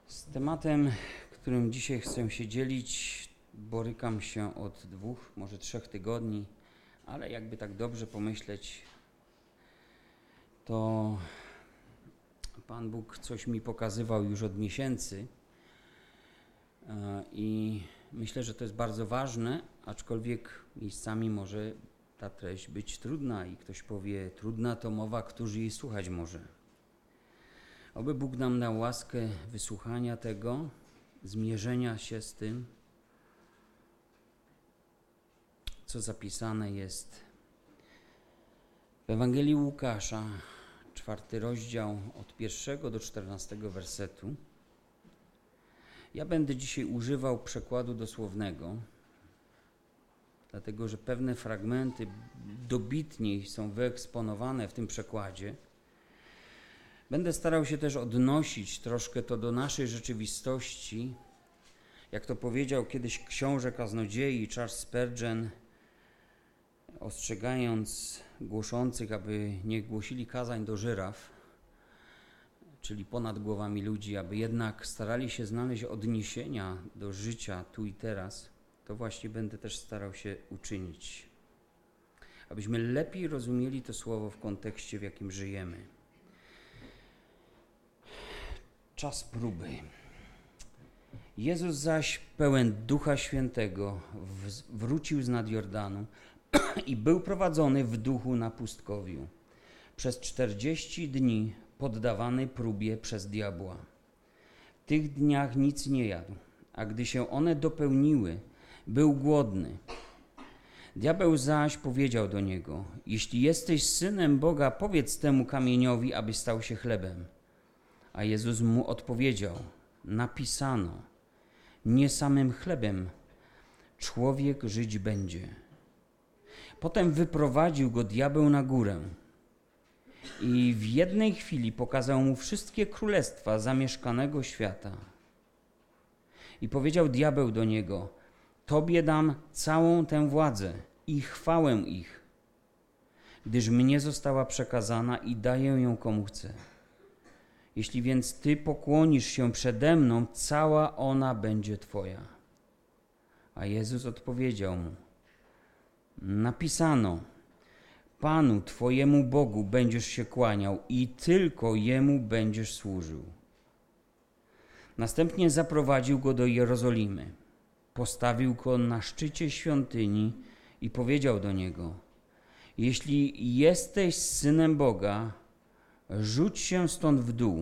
Z tematem, którym dzisiaj chcę się dzielić, borykam się od 2, może 3 tygodni, ale jakby tak dobrze pomyśleć, to Pan Bóg coś mi pokazywał już od miesięcy i myślę, że to jest bardzo ważne, aczkolwiek miejscami może ta treść być trudna i ktoś powie, trudna to mowa, któż jej słuchać może. Oby Bóg nam dał łaskę wysłuchania tego, zmierzenia się z tym, co zapisane jest w Ewangelii Łukasza, 4 rozdział, od 1 do 14 wersetu. Ja będę dzisiaj używał przekładu dosłownego, dlatego że pewne fragmenty dobitniej są wyeksponowane w tym przekładzie. Będę starał się też odnosić troszkę to do naszej rzeczywistości. Jak to powiedział kiedyś książę kaznodziei Charles Spurgeon, ostrzegając głoszących, aby nie głosili kazań do żyraf, czyli ponad głowami ludzi, aby jednak starali się znaleźć odniesienia do życia tu i teraz, to właśnie będę też starał się uczynić. Abyśmy lepiej rozumieli to słowo w kontekście, w jakim żyjemy. Czas próby. Jezus zaś, pełen Ducha Świętego, wrócił z nad Jordanu i był prowadzony w duchu na pustkowiu. Przez 40 dni poddawany próbie przez diabła. W tych dniach nic nie jadł, a gdy się one dopełniły, był głodny. Diabeł zaś powiedział do niego: jeśli jesteś Synem Boga, powiedz temu kamieniowi, aby stał się chlebem. A Jezus mu odpowiedział: napisano, nie samym chlebem człowiek żyć będzie. Potem wyprowadził go diabeł na górę i w jednej chwili pokazał mu wszystkie królestwa zamieszkanego świata. I powiedział diabeł do niego: tobie dam całą tę władzę i chwałę ich, gdyż mnie została przekazana i daję ją komu chcę. Jeśli więc ty pokłonisz się przede mną, cała ona będzie twoja. A Jezus odpowiedział mu: napisano, Panu twojemu Bogu będziesz się kłaniał i tylko Jemu będziesz służył. Następnie zaprowadził go do Jerozolimy. Postawił go na szczycie świątyni i powiedział do niego: jeśli jesteś Synem Boga, rzuć się stąd w dół.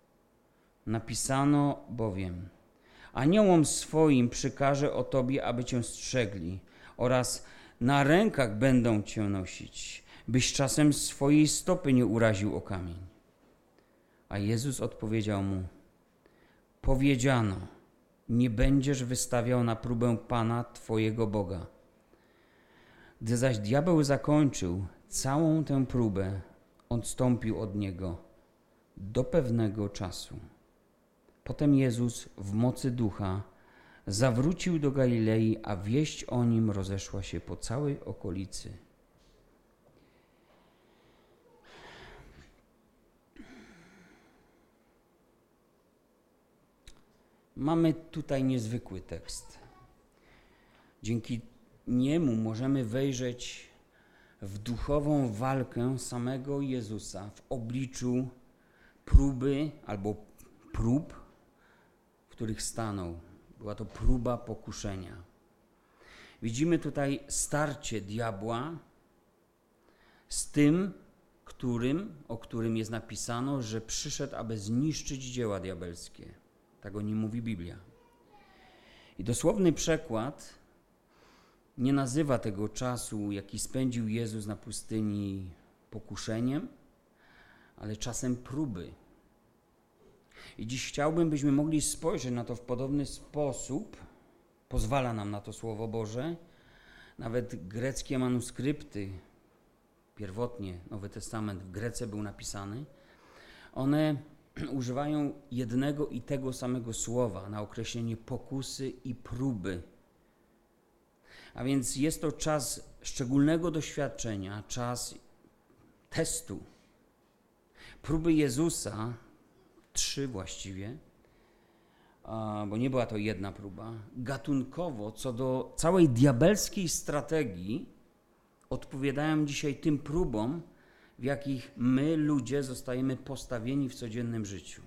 Napisano bowiem: aniołom swoim przykaże o tobie, aby cię strzegli, oraz na rękach będą cię nosić, byś czasem swojej stopy nie uraził o kamień. A Jezus odpowiedział mu: powiedziano, nie będziesz wystawiał na próbę Pana twojego Boga. Gdy zaś diabeł zakończył całą tę próbę, odstąpił od niego do pewnego czasu. Potem Jezus w mocy ducha zawrócił do Galilei, a wieść o nim rozeszła się po całej okolicy. Mamy tutaj niezwykły tekst. Dzięki niemu możemy wejrzeć w duchową walkę samego Jezusa w obliczu próby albo prób, w których stanął. Była to próba pokuszenia. Widzimy tutaj starcie diabła z tym, o którym jest napisano, że przyszedł, aby zniszczyć dzieła diabelskie. Tak o nim mówi Biblia. I dosłowny przekład nie nazywa tego czasu, jaki spędził Jezus na pustyni, pokuszeniem, ale czasem próby. I dziś chciałbym, byśmy mogli spojrzeć na to w podobny sposób. Pozwala nam na to Słowo Boże. Nawet greckie manuskrypty, pierwotnie Nowy Testament w Grece był napisany, one używają jednego i tego samego słowa na określenie pokusy i próby. A więc jest to czas szczególnego doświadczenia, czas testu. Próby Jezusa, 3 właściwie, bo nie była to jedna próba, gatunkowo co do całej diabelskiej strategii odpowiadają dzisiaj tym próbom, w jakich my, ludzie, zostajemy postawieni w codziennym życiu.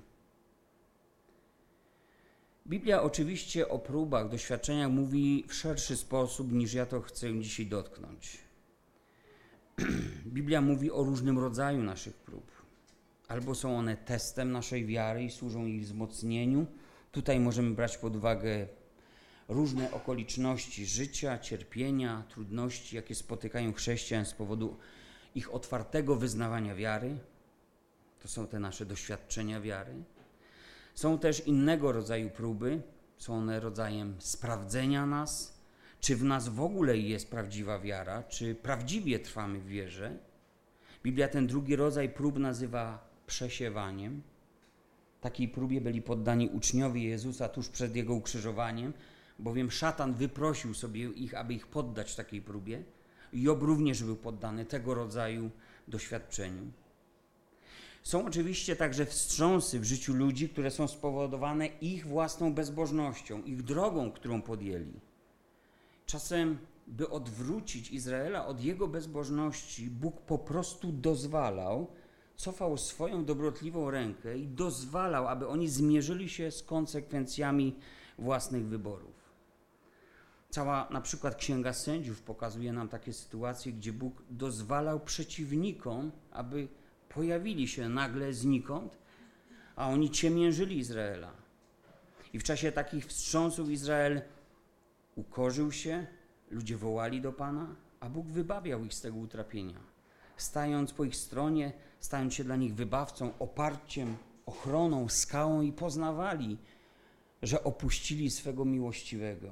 Biblia oczywiście o próbach, doświadczeniach mówi w szerszy sposób, niż ja to chcę dzisiaj dotknąć. Biblia mówi o różnym rodzaju naszych prób. Albo są one testem naszej wiary i służą jej wzmocnieniu. Tutaj możemy brać pod uwagę różne okoliczności życia, cierpienia, trudności, jakie spotykają chrześcijan z powodu ich otwartego wyznawania wiary. To są te nasze doświadczenia wiary. Są też innego rodzaju próby. Są one rodzajem sprawdzenia nas, czy w nas w ogóle jest prawdziwa wiara, czy prawdziwie trwamy w wierze. Biblia ten drugi rodzaj prób nazywa przesiewaniem. Takiej próbie byli poddani uczniowie Jezusa tuż przed Jego ukrzyżowaniem, bowiem szatan wyprosił sobie ich, aby ich poddać takiej próbie. Job również był poddany tego rodzaju doświadczeniu. Są oczywiście także wstrząsy w życiu ludzi, które są spowodowane ich własną bezbożnością, ich drogą, którą podjęli. Czasem, by odwrócić Izraela od jego bezbożności, Bóg po prostu dozwalał, cofał swoją dobrotliwą rękę i dozwalał, aby oni zmierzyli się z konsekwencjami własnych wyborów. Cała na przykład Księga Sędziów pokazuje nam takie sytuacje, gdzie Bóg dozwalał przeciwnikom, aby pojawili się nagle znikąd, a oni ciemiężyli Izraela. I w czasie takich wstrząsów Izrael ukorzył się, ludzie wołali do Pana, a Bóg wybawiał ich z tego utrapienia. Stając po ich stronie, stając się dla nich wybawcą, oparciem, ochroną, skałą i poznawali, że opuścili swego miłościwego.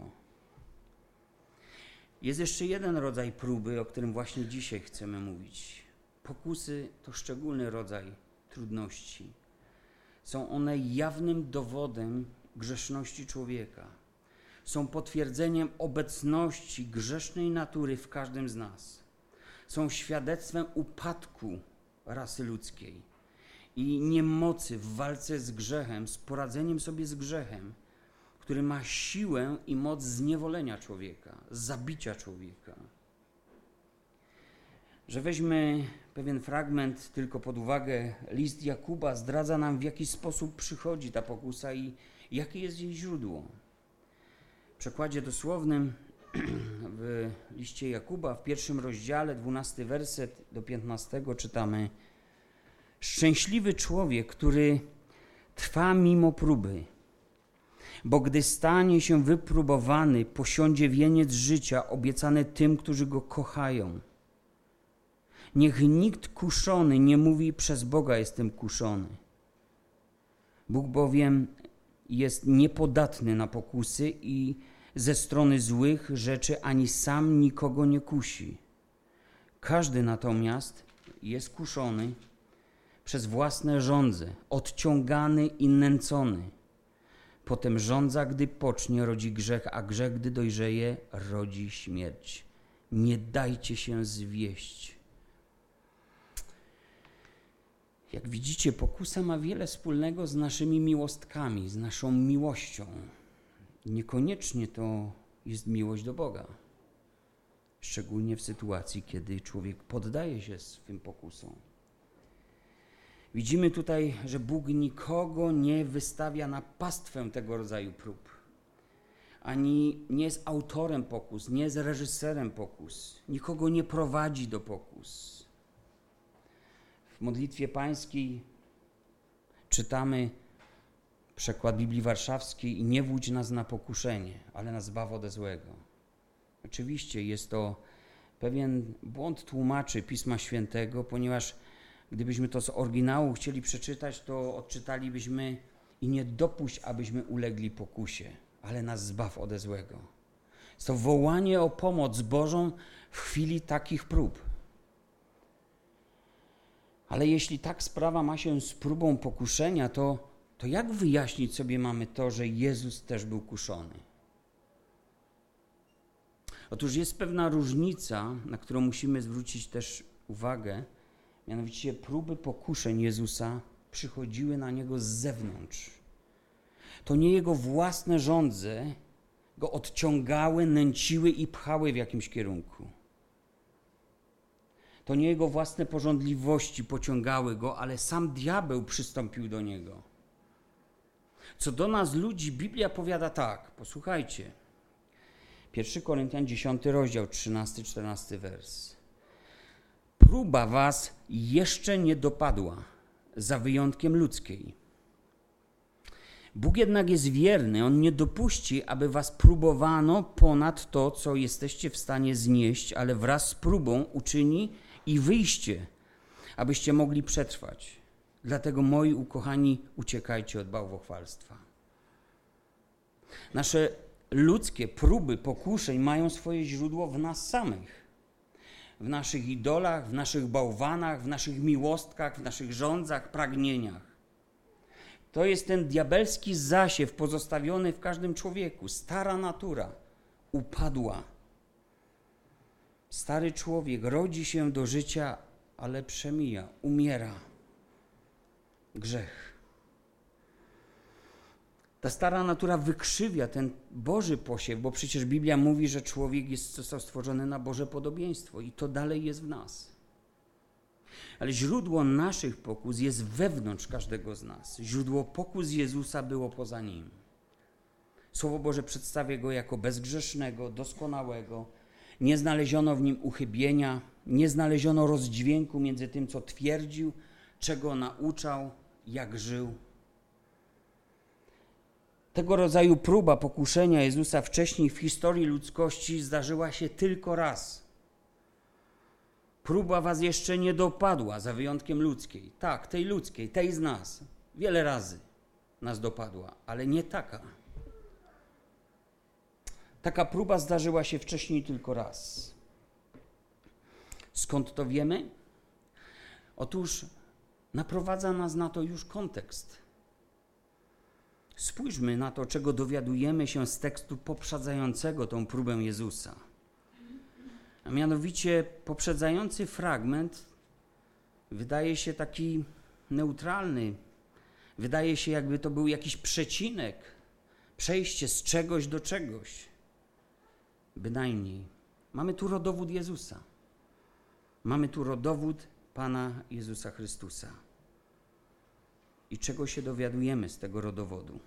Jest jeszcze jeden rodzaj próby, o którym właśnie dzisiaj chcemy mówić. Pokusy to szczególny rodzaj trudności. Są one jawnym dowodem grzeszności człowieka. Są potwierdzeniem obecności grzesznej natury w każdym z nas. Są świadectwem upadku rasy ludzkiej i niemocy w walce z grzechem, z poradzeniem sobie z grzechem, który ma siłę i moc zniewolenia człowieka, zabicia człowieka. Że weźmy pewien fragment tylko pod uwagę, list Jakuba zdradza nam, w jaki sposób przychodzi ta pokusa i jakie jest jej źródło. W przekładzie dosłownym w liście Jakuba, w 1 rozdziale, 12 werset do 15 czytamy: Szczęśliwy człowiek, który trwa mimo próby, bo gdy stanie się wypróbowany, posiądzie wieniec życia obiecany tym, którzy go kochają. Niech nikt kuszony nie mówi: przez Boga jestem kuszony. Bóg bowiem jest niepodatny na pokusy i ze strony złych rzeczy ani sam nikogo nie kusi. Każdy natomiast jest kuszony przez własne żądze, odciągany i nęcony. Potem żądza, gdy pocznie, rodzi grzech, a grzech, gdy dojrzeje, rodzi śmierć. Nie dajcie się zwieść. Jak widzicie, pokusa ma wiele wspólnego z naszymi miłostkami, z naszą miłością. Niekoniecznie to jest miłość do Boga. Szczególnie w sytuacji, kiedy człowiek poddaje się swym pokusom. Widzimy tutaj, że Bóg nikogo nie wystawia na pastwę tego rodzaju prób. Ani nie jest autorem pokus, nie jest reżyserem pokus. Nikogo nie prowadzi do pokus. W modlitwie pańskiej czytamy przekład Biblii Warszawskiej: i nie wódź nas na pokuszenie, ale nas zbaw ode złego. Oczywiście jest to pewien błąd tłumaczy Pisma Świętego, ponieważ gdybyśmy to z oryginału chcieli przeczytać, to odczytalibyśmy: i nie dopuść, abyśmy ulegli pokusie, ale nas zbaw ode złego. Jest to wołanie o pomoc Bożą w chwili takich prób. Ale jeśli tak sprawa ma się z próbą pokuszenia, to jak wyjaśnić sobie mamy to, że Jezus też był kuszony? Otóż jest pewna różnica, na którą musimy zwrócić też uwagę, mianowicie próby pokuszeń Jezusa przychodziły na Niego z zewnątrz. To nie jego własne żądze go odciągały, nęciły i pchały w jakimś kierunku. To nie jego własne pożądliwości pociągały go, ale sam diabeł przystąpił do niego. Co do nas ludzi, Biblia powiada tak, posłuchajcie. 1 Koryntian 10 rozdział, 13-14 wers. Próba was jeszcze nie dopadła, za wyjątkiem ludzkiej. Bóg jednak jest wierny, On nie dopuści, aby was próbowano ponad to, co jesteście w stanie znieść, ale wraz z próbą uczyni i wyjście, abyście mogli przetrwać. Dlatego, moi ukochani, uciekajcie od bałwochwalstwa. Nasze ludzkie próby, pokuszeń mają swoje źródło w nas samych. W naszych idolach, w naszych bałwanach, w naszych miłostkach, w naszych żądzach, pragnieniach. To jest ten diabelski zasiew pozostawiony w każdym człowieku. Stara natura upadła. Stary człowiek rodzi się do życia, ale przemija, umiera. Grzech. Ta stara natura wykrzywia ten Boży posiew, bo przecież Biblia mówi, że człowiek został stworzony na Boże podobieństwo i to dalej jest w nas. Ale źródło naszych pokus jest wewnątrz każdego z nas. Źródło pokus Jezusa było poza Nim. Słowo Boże przedstawia Go jako bezgrzesznego, doskonałego. Nie znaleziono w Nim uchybienia, nie znaleziono rozdźwięku między tym, co twierdził, czego nauczał, jak żył. Tego rodzaju próba pokuszenia Jezusa wcześniej w historii ludzkości zdarzyła się tylko raz. Próba was jeszcze nie dopadła, za wyjątkiem ludzkiej. Tak, tej ludzkiej, tej z nas. Wiele razy nas dopadła, ale nie taka. Taka próba zdarzyła się wcześniej tylko raz. Skąd to wiemy? Otóż naprowadza nas na to już kontekst. Spójrzmy na to, czego dowiadujemy się z tekstu poprzedzającego tą próbę Jezusa. A mianowicie poprzedzający fragment wydaje się taki neutralny. Wydaje się, jakby to był jakiś przecinek, przejście z czegoś do czegoś. Bynajmniej. Mamy tu rodowód Jezusa. Mamy tu rodowód Pana Jezusa Chrystusa. I czego się dowiadujemy z tego rodowodu?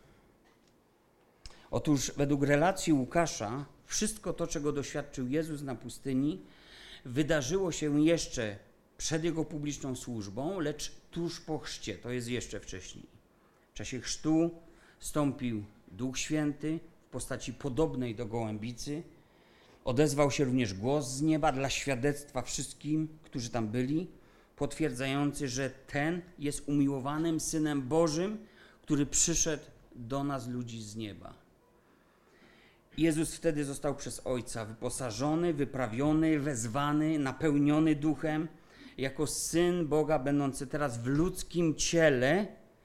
Otóż według relacji Łukasza wszystko to, czego doświadczył Jezus na pustyni, wydarzyło się jeszcze przed Jego publiczną służbą, lecz tuż po chrzcie, to jest jeszcze wcześniej. W czasie chrztu stąpił Duch Święty w postaci podobnej do gołębicy. Odezwał się również głos z nieba dla świadectwa wszystkim, którzy tam byli, potwierdzający, że ten jest umiłowanym Synem Bożym, który przyszedł do nas, ludzi z nieba. Jezus wtedy został przez Ojca wyposażony, wyprawiony, wezwany, napełniony Duchem, jako Syn Boga, będący teraz w ludzkim ciele,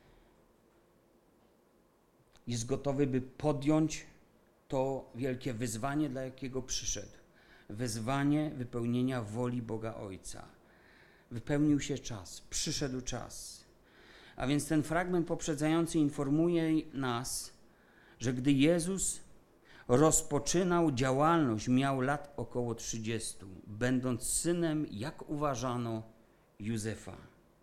jest gotowy, by podjąć to wielkie wyzwanie, dla jakiego przyszedł. Wyzwanie wypełnienia woli Boga Ojca. Wypełnił się czas, przyszedł czas. A więc ten fragment poprzedzający informuje nas, że gdy Jezus rozpoczynał działalność, miał lat około 30, będąc synem, jak uważano, Józefa.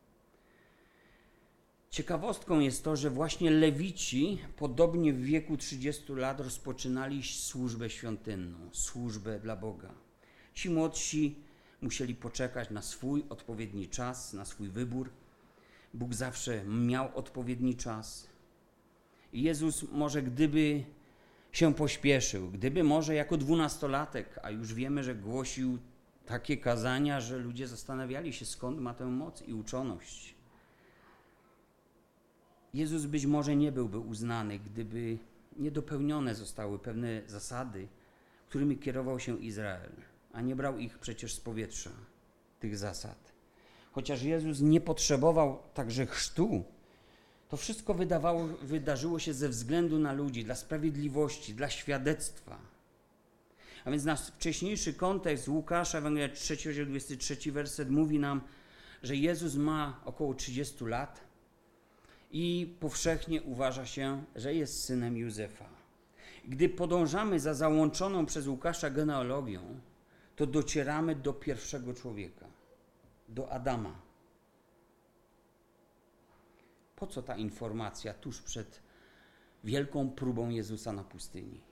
Ciekawostką jest to, że właśnie Lewici, podobnie w wieku 30 lat, rozpoczynali służbę świątynną, służbę dla Boga. Ci młodsi musieli poczekać na swój odpowiedni czas, na swój wybór. Bóg zawsze miał odpowiedni czas. I Jezus może gdyby się pośpieszył, gdyby może jako 12-latek, a już wiemy, że głosił takie kazania, że ludzie zastanawiali się, skąd ma tę moc i uczoność. Jezus być może nie byłby uznany, gdyby nie dopełnione zostały pewne zasady, którymi kierował się Izrael, a nie brał ich przecież z powietrza, tych zasad. Chociaż Jezus nie potrzebował także chrztu, to wszystko wydarzyło się ze względu na ludzi, dla sprawiedliwości, dla świadectwa. A więc nasz wcześniejszy kontekst Łukasza, Ewangelia 3, 23 werset mówi nam, że Jezus ma około 30 lat i powszechnie uważa się, że jest synem Józefa. Gdy podążamy za załączoną przez Łukasza genealogią, to docieramy do pierwszego człowieka, do Adama. Po co ta informacja tuż przed wielką próbą Jezusa na pustyni?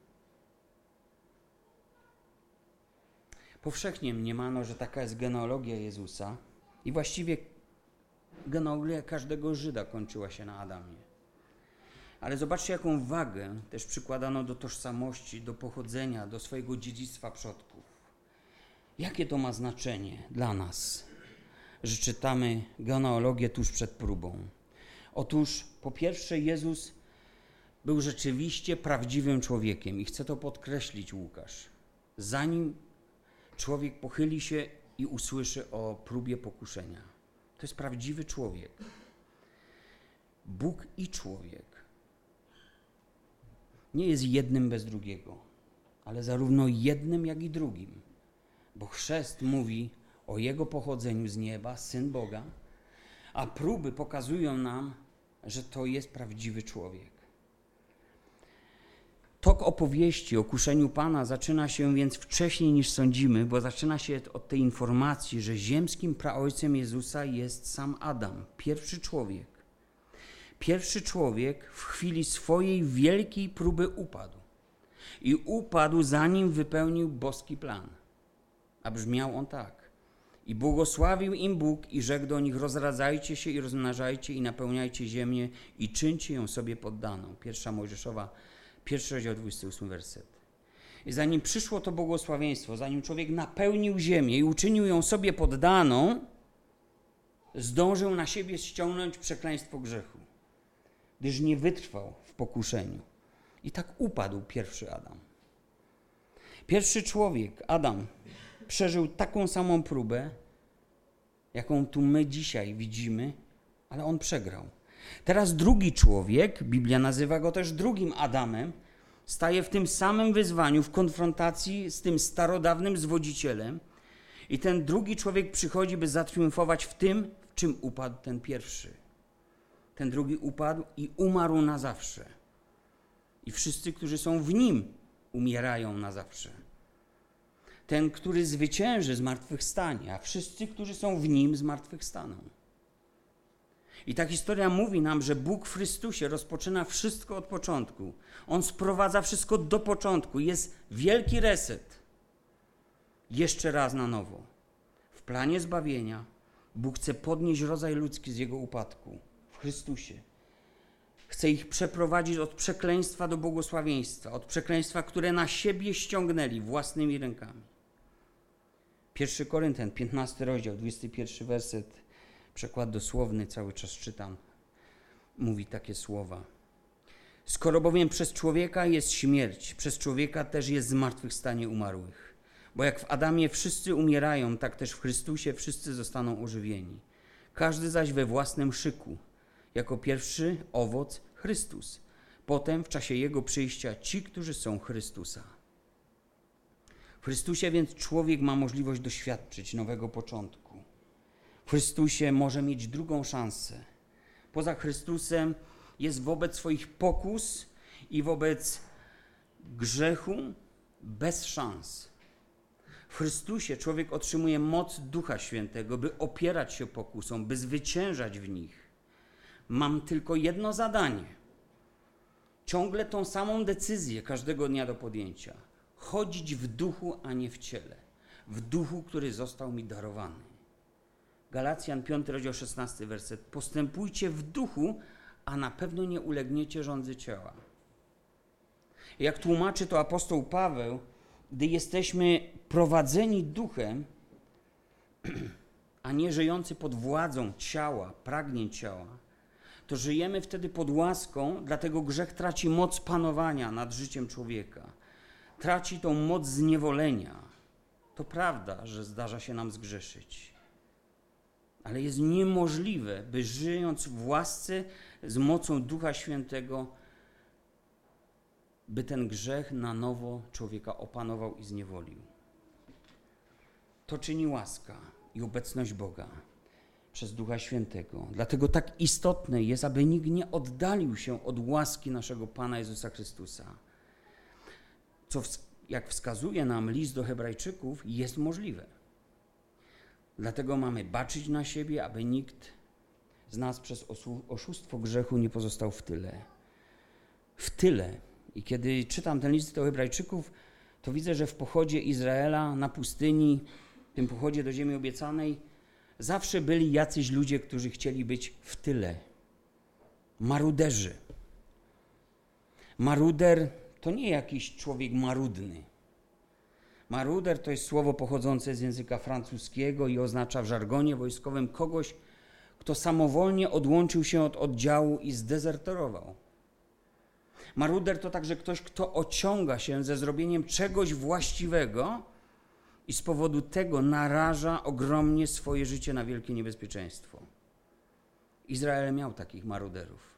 Powszechnie mniemano, że taka jest genealogia Jezusa i właściwie genealogia każdego Żyda kończyła się na Adamie. Ale zobaczcie, jaką wagę też przykładano do tożsamości, do pochodzenia, do swojego dziedzictwa przodków. Jakie to ma znaczenie dla nas, że czytamy genealogię tuż przed próbą? Otóż po pierwsze Jezus był rzeczywiście prawdziwym człowiekiem i chce to podkreślić Łukasz. Zanim człowiek pochyli się i usłyszy o próbie pokuszenia. To jest prawdziwy człowiek. Bóg i człowiek nie jest jednym bez drugiego, ale zarówno jednym, jak i drugim. Bo chrzest mówi o Jego pochodzeniu z nieba, Syn Boga, a próby pokazują nam, że to jest prawdziwy człowiek. Tok opowieści o kuszeniu Pana zaczyna się więc wcześniej niż sądzimy, bo zaczyna się od tej informacji, że ziemskim praojcem Jezusa jest sam Adam, pierwszy człowiek. Pierwszy człowiek w chwili swojej wielkiej próby upadł. I upadł, zanim wypełnił boski plan. A brzmiał on tak. I błogosławił im Bóg i rzekł do nich: rozradzajcie się i rozmnażajcie i napełniajcie ziemię i czyńcie ją sobie poddaną. 1 Mojżeszowa, 1 rozdział, 28 werset. I zanim przyszło to błogosławieństwo, zanim człowiek napełnił ziemię i uczynił ją sobie poddaną, zdążył na siebie ściągnąć przekleństwo grzechu, gdyż nie wytrwał w pokuszeniu. I tak upadł pierwszy Adam. Pierwszy człowiek, Adam, przeżył taką samą próbę, jaką tu my dzisiaj widzimy, ale on przegrał. Teraz drugi człowiek, Biblia nazywa go też drugim Adamem, staje w tym samym wyzwaniu, w konfrontacji z tym starodawnym zwodzicielem i ten drugi człowiek przychodzi, by zatriumfować w tym, w czym upadł ten pierwszy. Ten drugi upadł i umarł na zawsze. I wszyscy, którzy są w nim, umierają na zawsze. Ten, który zwycięży, zmartwychwstanie, a wszyscy, którzy są w nim, zmartwychwstaną. I ta historia mówi nam, że Bóg w Chrystusie rozpoczyna wszystko od początku. On sprowadza wszystko do początku. Jest wielki reset. Jeszcze raz na nowo. W planie zbawienia Bóg chce podnieść rodzaj ludzki z jego upadku w Chrystusie. Chce ich przeprowadzić od przekleństwa do błogosławieństwa, od przekleństwa, które na siebie ściągnęli własnymi rękami. 1 Koryntian, 15 rozdział, 21 werset, przekład dosłowny, cały czas czytam, mówi takie słowa. Skoro bowiem przez człowieka jest śmierć, przez człowieka też jest zmartwychwstanie umarłych. Bo jak w Adamie wszyscy umierają, tak też w Chrystusie wszyscy zostaną ożywieni. Każdy zaś we własnym szyku. Jako pierwszy owoc Chrystus. Potem w czasie Jego przyjścia ci, którzy są Chrystusa. W Chrystusie więc człowiek ma możliwość doświadczyć nowego początku. W Chrystusie może mieć drugą szansę. Poza Chrystusem jest wobec swoich pokus i wobec grzechu bez szans. W Chrystusie człowiek otrzymuje moc Ducha Świętego, by opierać się pokusom, by zwyciężać w nich. Mam tylko jedno zadanie. Ciągle tą samą decyzję każdego dnia do podjęcia. Chodzić w duchu, a nie w ciele. W duchu, który został mi darowany. Galacjan 5, rozdział 16, werset. Postępujcie w duchu, a na pewno nie ulegniecie rządzy ciała. Jak tłumaczy to apostoł Paweł, gdy jesteśmy prowadzeni duchem, a nie żyjący pod władzą ciała, pragnień ciała, to żyjemy wtedy pod łaską, dlatego grzech traci moc panowania nad życiem człowieka. Traci tą moc zniewolenia. To prawda, że zdarza się nam zgrzeszyć. Ale jest niemożliwe, by żyjąc w łasce z mocą Ducha Świętego, by ten grzech na nowo człowieka opanował i zniewolił. To czyni łaska i obecność Boga. przez Ducha Świętego. Dlatego tak istotne jest, aby nikt nie oddalił się od łaski naszego Pana Jezusa Chrystusa. Co, jak wskazuje nam list do Hebrajczyków, jest możliwe. Dlatego mamy baczyć na siebie, aby nikt z nas przez oszustwo grzechu nie pozostał w tyle. W tyle. I kiedy czytam ten list do Hebrajczyków, to widzę, że w pochodzie Izraela na pustyni, w tym pochodzie do ziemi obiecanej, zawsze byli jacyś ludzie, którzy chcieli być w tyle. Maruderzy. Maruder to nie jakiś człowiek marudny. Maruder to jest słowo pochodzące z języka francuskiego i oznacza w żargonie wojskowym kogoś, kto samowolnie odłączył się od oddziału i zdezerterował. Maruder to także ktoś, kto ociąga się ze zrobieniem czegoś właściwego i z powodu tego naraża ogromnie swoje życie na wielkie niebezpieczeństwo. Izrael miał takich maruderów,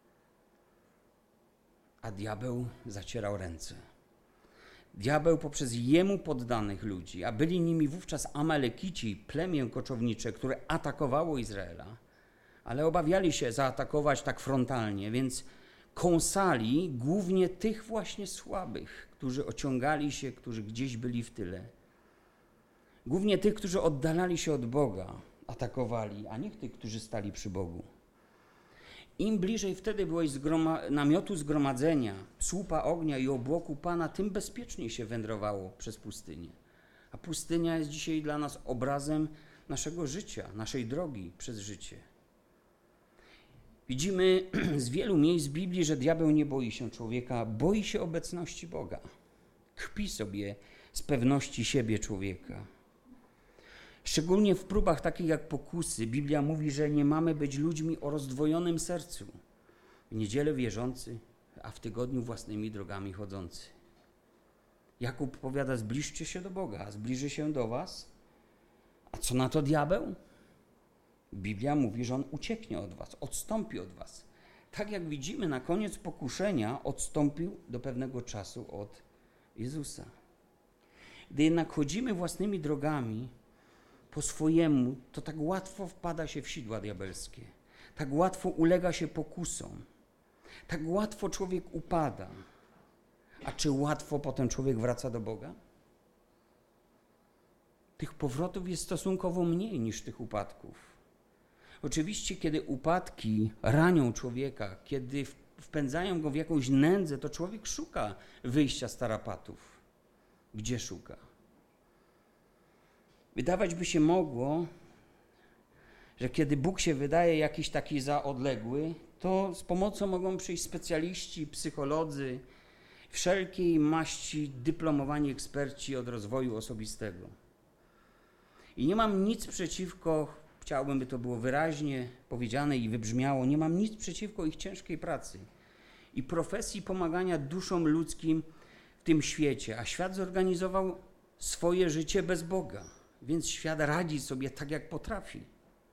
a diabeł zacierał ręce. Diabeł poprzez jemu poddanych ludzi, a byli nimi wówczas Amalekici, plemię koczownicze, które atakowało Izraela, ale obawiali się zaatakować tak frontalnie, więc kąsali głównie tych właśnie słabych, którzy ociągali się, którzy gdzieś byli w tyle. Głównie tych, którzy oddalali się od Boga, atakowali, a nie tych, którzy stali przy Bogu. Im bliżej wtedy byłeś namiotu zgromadzenia, słupa ognia i obłoku Pana, tym bezpieczniej się wędrowało przez pustynię. A pustynia jest dzisiaj dla nas obrazem naszego życia, naszej drogi przez życie. Widzimy z wielu miejsc w Biblii, że diabeł nie boi się człowieka, boi się obecności Boga. Kpi sobie z pewności siebie człowieka. Szczególnie w próbach takich jak pokusy, Biblia mówi, że nie mamy być ludźmi o rozdwojonym sercu. W niedzielę wierzący, a w tygodniu własnymi drogami chodzący. Jakub powiada, zbliżcie się do Boga, a zbliży się do was. A co na to diabeł? Biblia mówi, że on ucieknie od was, odstąpi od was. Tak jak widzimy, na koniec pokuszenia odstąpił do pewnego czasu od Jezusa. Gdy jednak chodzimy własnymi drogami, po swojemu, to tak łatwo wpada się w sidła diabelskie. Tak łatwo ulega się pokusom. Tak łatwo człowiek upada. A czy łatwo potem człowiek wraca do Boga? Tych powrotów jest stosunkowo mniej niż tych upadków. Oczywiście, kiedy upadki ranią człowieka, kiedy wpędzają go w jakąś nędzę, to człowiek szuka wyjścia z tarapatów. Gdzie szuka? Wydawać by się mogło, że kiedy Bóg się wydaje jakiś taki za odległy, to z pomocą mogą przyjść specjaliści, psycholodzy, wszelkiej maści dyplomowani eksperci od rozwoju osobistego. I nie mam nic przeciwko, chciałbym, by to było wyraźnie powiedziane i wybrzmiało, nie mam nic przeciwko ich ciężkiej pracy i profesji pomagania duszom ludzkim w tym świecie, a świat zorganizował swoje życie bez Boga. Więc świat radzi sobie tak, jak potrafi.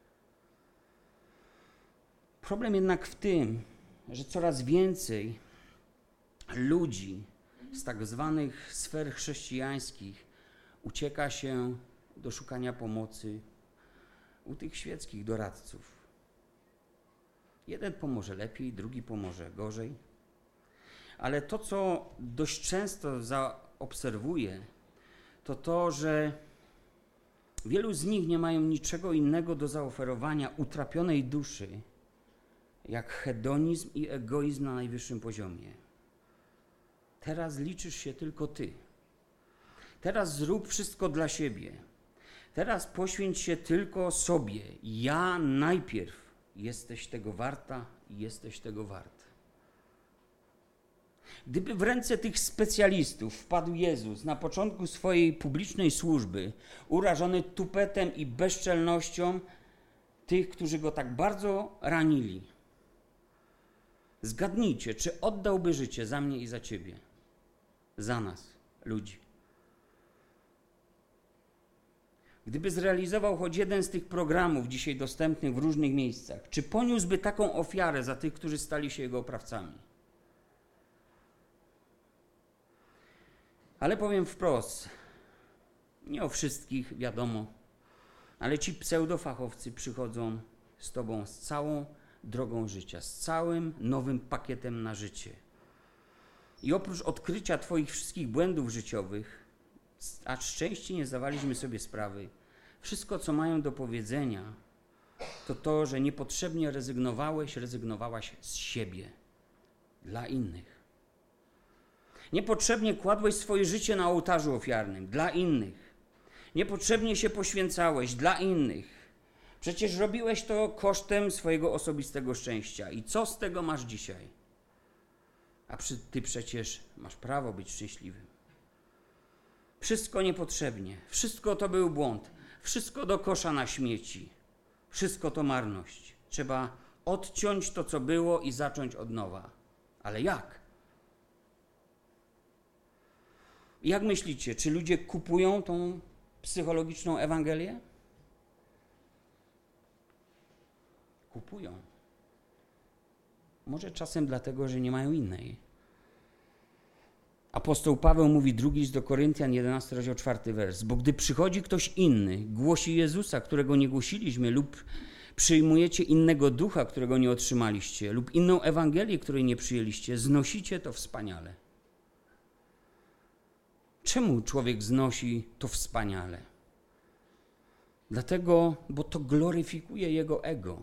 Problem jednak w tym, że coraz więcej ludzi z tak zwanych sfer chrześcijańskich ucieka się do szukania pomocy u tych świeckich doradców. Jeden pomoże lepiej, drugi pomoże gorzej. Ale to, co dość często zaobserwuję, to, że wielu z nich nie mają niczego innego do zaoferowania utrapionej duszy, jak hedonizm i egoizm na najwyższym poziomie. Teraz liczysz się tylko ty. Teraz zrób wszystko dla siebie. Teraz poświęć się tylko sobie. Ja najpierw. Jesteś tego warta i jesteś tego wart. Gdyby w ręce tych specjalistów wpadł Jezus na początku swojej publicznej służby, urażony tupetem i bezczelnością tych, którzy go tak bardzo ranili, zgadnijcie, czy oddałby życie za mnie i za ciebie, za nas, ludzi. Gdyby zrealizował choć jeden z tych programów dzisiaj dostępnych w różnych miejscach, czy poniósłby taką ofiarę za tych, którzy stali się jego oprawcami? Ale powiem wprost, nie o wszystkich wiadomo, Ale ci pseudofachowcy przychodzą z tobą z całą drogą życia, z całym nowym pakietem na życie. I oprócz odkrycia twoich wszystkich błędów życiowych, a szczęście nie zdawaliśmy sobie sprawy, wszystko, co mają do powiedzenia, to to, że niepotrzebnie rezygnowałaś z siebie dla innych. Niepotrzebnie kładłeś swoje życie na ołtarzu ofiarnym dla innych. Niepotrzebnie się poświęcałeś dla innych. Przecież robiłeś to kosztem swojego osobistego szczęścia. I co z tego masz dzisiaj? A ty przecież masz prawo być szczęśliwym. Wszystko niepotrzebnie. Wszystko to był błąd. Wszystko do kosza na śmieci. Wszystko to marność. Trzeba odciąć to, co było i zacząć od nowa. Ale jak? Jak myślicie, czy ludzie kupują tą psychologiczną Ewangelię? Kupują. Może czasem dlatego, że nie mają innej. Apostoł Paweł mówi, 2 list do Koryntian, 11 rozdział 4 wers. Bo gdy przychodzi ktoś inny, głosi Jezusa, którego nie głosiliśmy, lub przyjmujecie innego ducha, którego nie otrzymaliście, lub inną Ewangelię, której nie przyjęliście, znosicie to wspaniale. Czemu człowiek znosi to wspaniale? Dlatego, bo to gloryfikuje jego ego.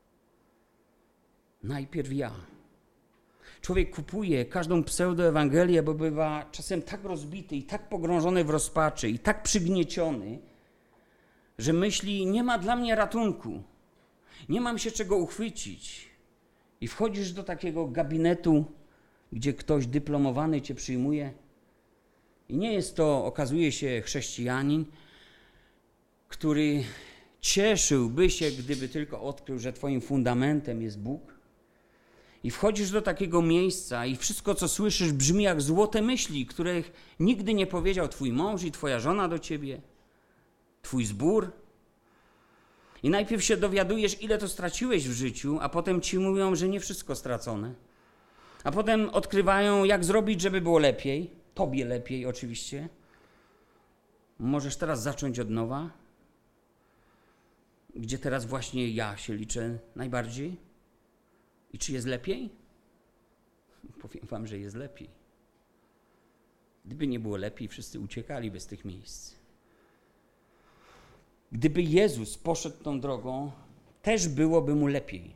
Najpierw ja. Człowiek kupuje każdą pseudoewangelię, bo bywa czasem tak rozbity i tak pogrążony w rozpaczy i tak przygnieciony, że myśli, nie ma dla mnie ratunku, nie mam się czego uchwycić. I wchodzisz do takiego gabinetu, gdzie ktoś dyplomowany cię przyjmuje i nie jest to, okazuje się, chrześcijanin, który cieszyłby się, gdyby tylko odkrył, że twoim fundamentem jest Bóg. I wchodzisz do takiego miejsca i wszystko, co słyszysz, brzmi jak złote myśli, których nigdy nie powiedział twój mąż i twoja żona do ciebie, twój zbór. I najpierw się dowiadujesz, ile to straciłeś w życiu, a potem ci mówią, że nie wszystko stracone. A potem odkrywają, jak zrobić, żeby było lepiej. Tobie lepiej oczywiście. Możesz teraz zacząć od nowa, gdzie teraz właśnie ja się liczę najbardziej. I czy jest lepiej? Powiem wam, że jest lepiej. Gdyby nie było lepiej, wszyscy uciekaliby z tych miejsc. Gdyby Jezus poszedł tą drogą, też byłoby mu lepiej.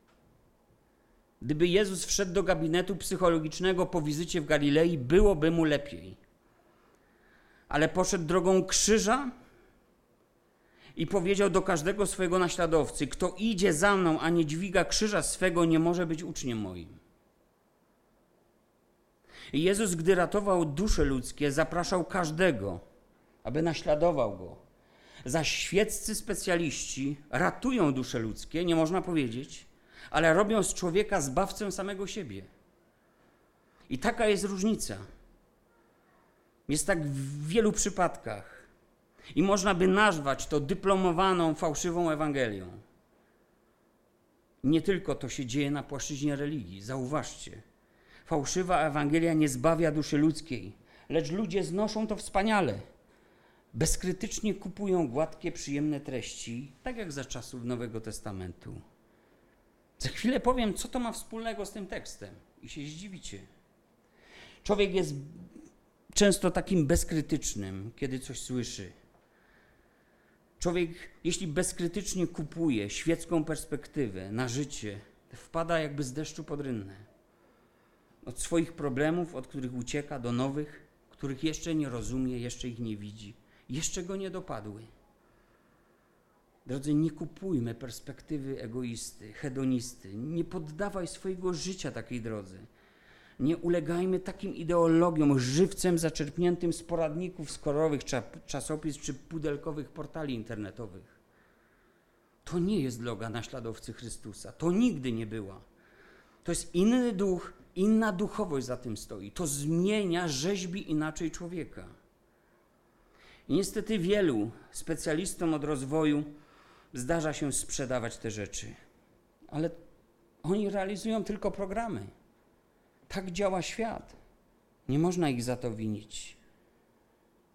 Gdyby Jezus wszedł do gabinetu psychologicznego po wizycie w Galilei, byłoby mu lepiej. Ale poszedł drogą krzyża i powiedział do każdego swojego naśladowcy, kto idzie za mną, a nie dźwiga krzyża swego, nie może być uczniem moim. I Jezus, gdy ratował dusze ludzkie, zapraszał każdego, aby naśladował Go. Zaś świeccy specjaliści ratują dusze ludzkie, nie można powiedzieć, ale robią z człowieka zbawcę samego siebie. I taka jest różnica. Jest tak w wielu przypadkach. I można by nazwać to dyplomowaną, fałszywą Ewangelią. Nie tylko to się dzieje na płaszczyźnie religii. Zauważcie, fałszywa Ewangelia nie zbawia duszy ludzkiej, lecz ludzie znoszą to wspaniale. Bezkrytycznie kupują gładkie, przyjemne treści, tak jak za czasów Nowego Testamentu. Za chwilę powiem, co to ma wspólnego z tym tekstem i się zdziwicie. Człowiek jest często takim bezkrytycznym, kiedy coś słyszy. Człowiek, jeśli bezkrytycznie kupuje świecką perspektywę na życie, wpada jakby z deszczu pod rynnę. Od swoich problemów, od których ucieka, do nowych, których jeszcze nie rozumie, jeszcze ich nie widzi, jeszcze go nie dopadły. Drodzy, nie kupujmy perspektywy egoisty, hedonisty. Nie poddawaj swojego życia takiej drodze. Nie ulegajmy takim ideologiom, żywcem zaczerpniętym z poradników skorowych, czasopism czy pudelkowych portali internetowych. To nie jest droga naśladowcy Chrystusa. To nigdy nie była. To jest inny duch, inna duchowość za tym stoi. To zmienia, rzeźbi inaczej człowieka. I niestety wielu specjalistom od rozwoju zdarza się sprzedawać te rzeczy. Ale oni realizują tylko programy. Tak działa świat. Nie można ich za to winić.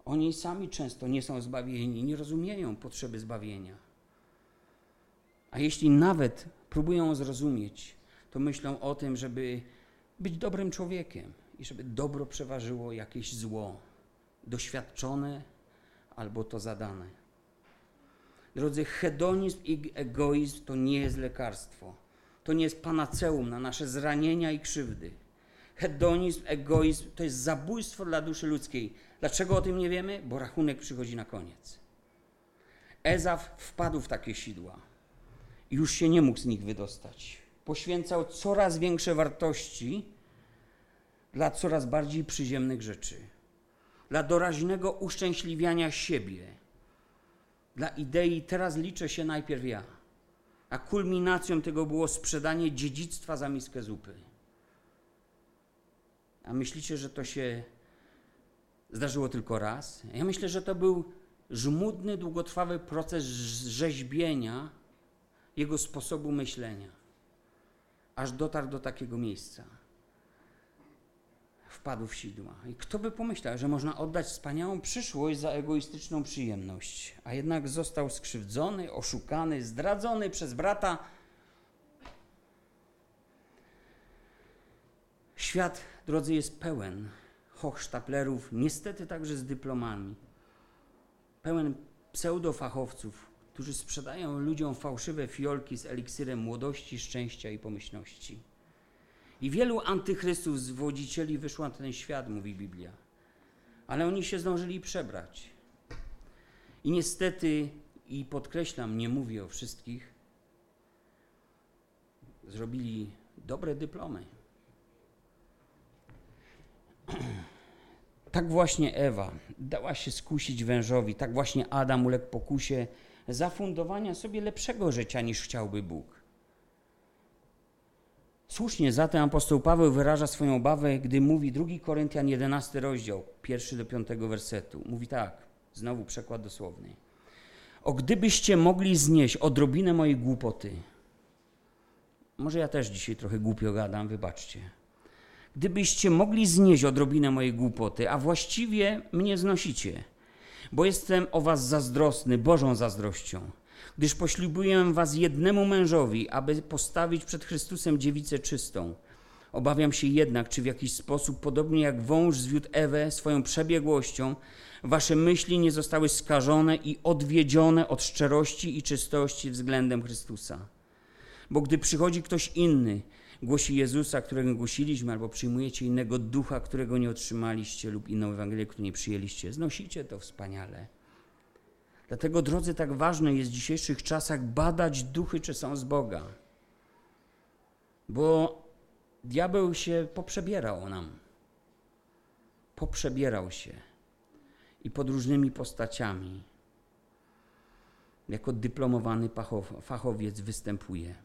Oni sami często nie są zbawieni, nie rozumieją potrzeby zbawienia. A jeśli nawet próbują zrozumieć, to myślą o tym, żeby być dobrym człowiekiem i żeby dobro przeważyło jakieś zło, doświadczone albo to zadane. Drodzy, hedonizm i egoizm to nie jest lekarstwo. To nie jest panaceum na nasze zranienia i krzywdy. Hedonizm, egoizm to jest zabójstwo dla duszy ludzkiej. Dlaczego o tym nie wiemy? Bo rachunek przychodzi na koniec. Ezaf wpadł w takie sidła i już się nie mógł z nich wydostać. Poświęcał coraz większe wartości dla coraz bardziej przyziemnych rzeczy. Dla doraźnego uszczęśliwiania siebie. Dla idei teraz liczę się najpierw ja. A kulminacją tego było sprzedanie dziedzictwa za miskę zupy. A myślicie, że to się zdarzyło tylko raz? Ja myślę, że to był żmudny, długotrwały proces rzeźbienia jego sposobu myślenia. Aż dotarł do takiego miejsca. Wpadł w sidła. I kto by pomyślał, że można oddać wspaniałą przyszłość za egoistyczną przyjemność, a jednak został skrzywdzony, oszukany, zdradzony przez brata. Świat, drodzy, jest pełen hochsztaplerów, niestety także z dyplomami. Pełen pseudofachowców, którzy sprzedają ludziom fałszywe fiolki z eliksirem młodości, szczęścia i pomyślności. I wielu antychrystów, zwodzicieli wyszło na ten świat, mówi Biblia. Ale oni się zdążyli przebrać. I niestety, i podkreślam, nie mówię o wszystkich, zrobili dobre dyplomy. Tak właśnie Ewa dała się skusić wężowi, tak właśnie Adam uległ pokusie zafundowania sobie lepszego życia niż chciałby Bóg. Słusznie zatem apostoł Paweł wyraża swoją obawę, gdy mówi 2 Koryntian 11 rozdział, 1 do 5 wersetu. Mówi tak, znowu przekład dosłowny. O gdybyście mogli znieść odrobinę mojej głupoty. Może ja też dzisiaj trochę głupio gadam, wybaczcie. Gdybyście mogli znieść odrobinę mojej głupoty, a właściwie mnie znosicie, bo jestem o was zazdrosny, Bożą zazdrością, gdyż poślubuję was jednemu mężowi, aby postawić przed Chrystusem dziewicę czystą. Obawiam się jednak, czy w jakiś sposób, podobnie jak wąż zwiódł Ewę swoją przebiegłością, wasze myśli nie zostały skażone i odwiedzione od szczerości i czystości względem Chrystusa. Bo gdy przychodzi ktoś inny, głosi Jezusa, którego głosiliśmy, albo przyjmujecie innego ducha, którego nie otrzymaliście, lub inną Ewangelię, której nie przyjęliście, znosicie to wspaniale. Dlatego, drodzy, tak ważne jest w dzisiejszych czasach badać duchy, czy są z Boga. Bo diabeł się poprzebierał nam. Poprzebierał się. I pod różnymi postaciami. Jako dyplomowany fachowiec występuje.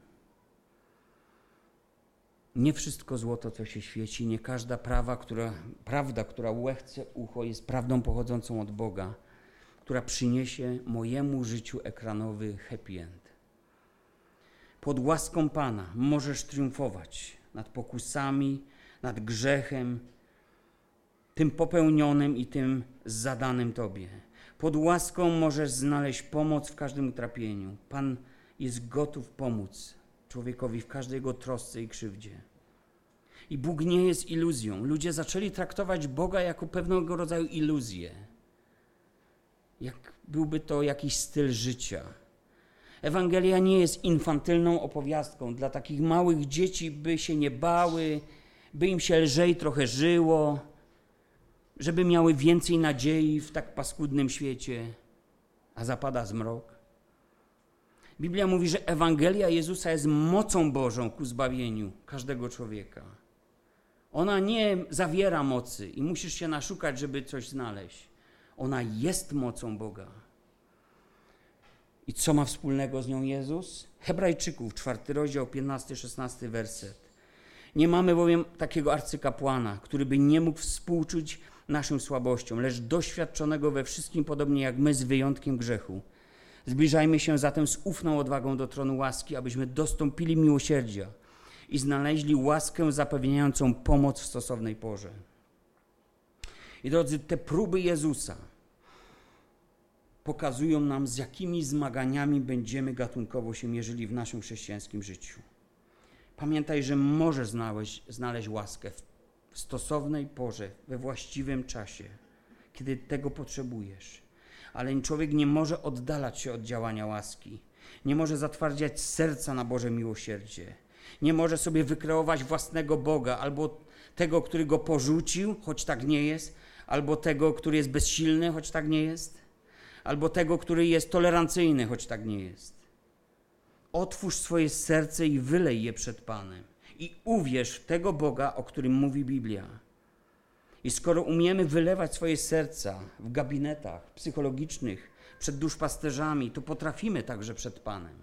Nie wszystko złoto, co się świeci, nie każda prawda, która łechce ucho, jest prawdą pochodzącą od Boga, która przyniesie mojemu życiu ekranowy happy end. Pod łaską Pana możesz triumfować nad pokusami, nad grzechem, tym popełnionym i tym zadanym Tobie. Pod łaską możesz znaleźć pomoc w każdym utrapieniu. Pan jest gotów pomóc człowiekowi w każdej jego trosce i krzywdzie. I Bóg nie jest iluzją. Ludzie zaczęli traktować Boga jako pewnego rodzaju iluzję. Jak byłby to jakiś styl życia. Ewangelia nie jest infantylną opowiastką dla takich małych dzieci, by się nie bały, by im się lżej trochę żyło, żeby miały więcej nadziei w tak paskudnym świecie, a zapada zmrok. Biblia mówi, że Ewangelia Jezusa jest mocą Bożą ku zbawieniu każdego człowieka. Ona nie zawiera mocy i musisz się naszukać, żeby coś znaleźć. Ona jest mocą Boga. I co ma wspólnego z nią Jezus? Hebrajczyków, 4 rozdział, 15-16 werset. Nie mamy bowiem takiego arcykapłana, który by nie mógł współczuć naszym słabościom, lecz doświadczonego we wszystkim podobnie jak my, z wyjątkiem grzechu. Zbliżajmy się zatem z ufną odwagą do tronu łaski, abyśmy dostąpili miłosierdzia i znaleźli łaskę zapewniającą pomoc w stosownej porze. I drodzy, te próby Jezusa, pokazują nam, z jakimi zmaganiami będziemy gatunkowo się mierzyli w naszym chrześcijańskim życiu. Pamiętaj, że możesz znaleźć łaskę w stosownej porze, we właściwym czasie, kiedy tego potrzebujesz. Ale człowiek nie może oddalać się od działania łaski. Nie może zatwardziać serca na Boże miłosierdzie. Nie może sobie wykreować własnego Boga, albo tego, który go porzucił, choć tak nie jest, albo tego, który jest bezsilny, choć tak nie jest, albo tego, który jest tolerancyjny, choć tak nie jest. Otwórz swoje serce i wylej je przed Panem. I uwierz w tego Boga, o którym mówi Biblia. I skoro umiemy wylewać swoje serca w gabinetach psychologicznych, przed duszpasterzami, to potrafimy także przed Panem.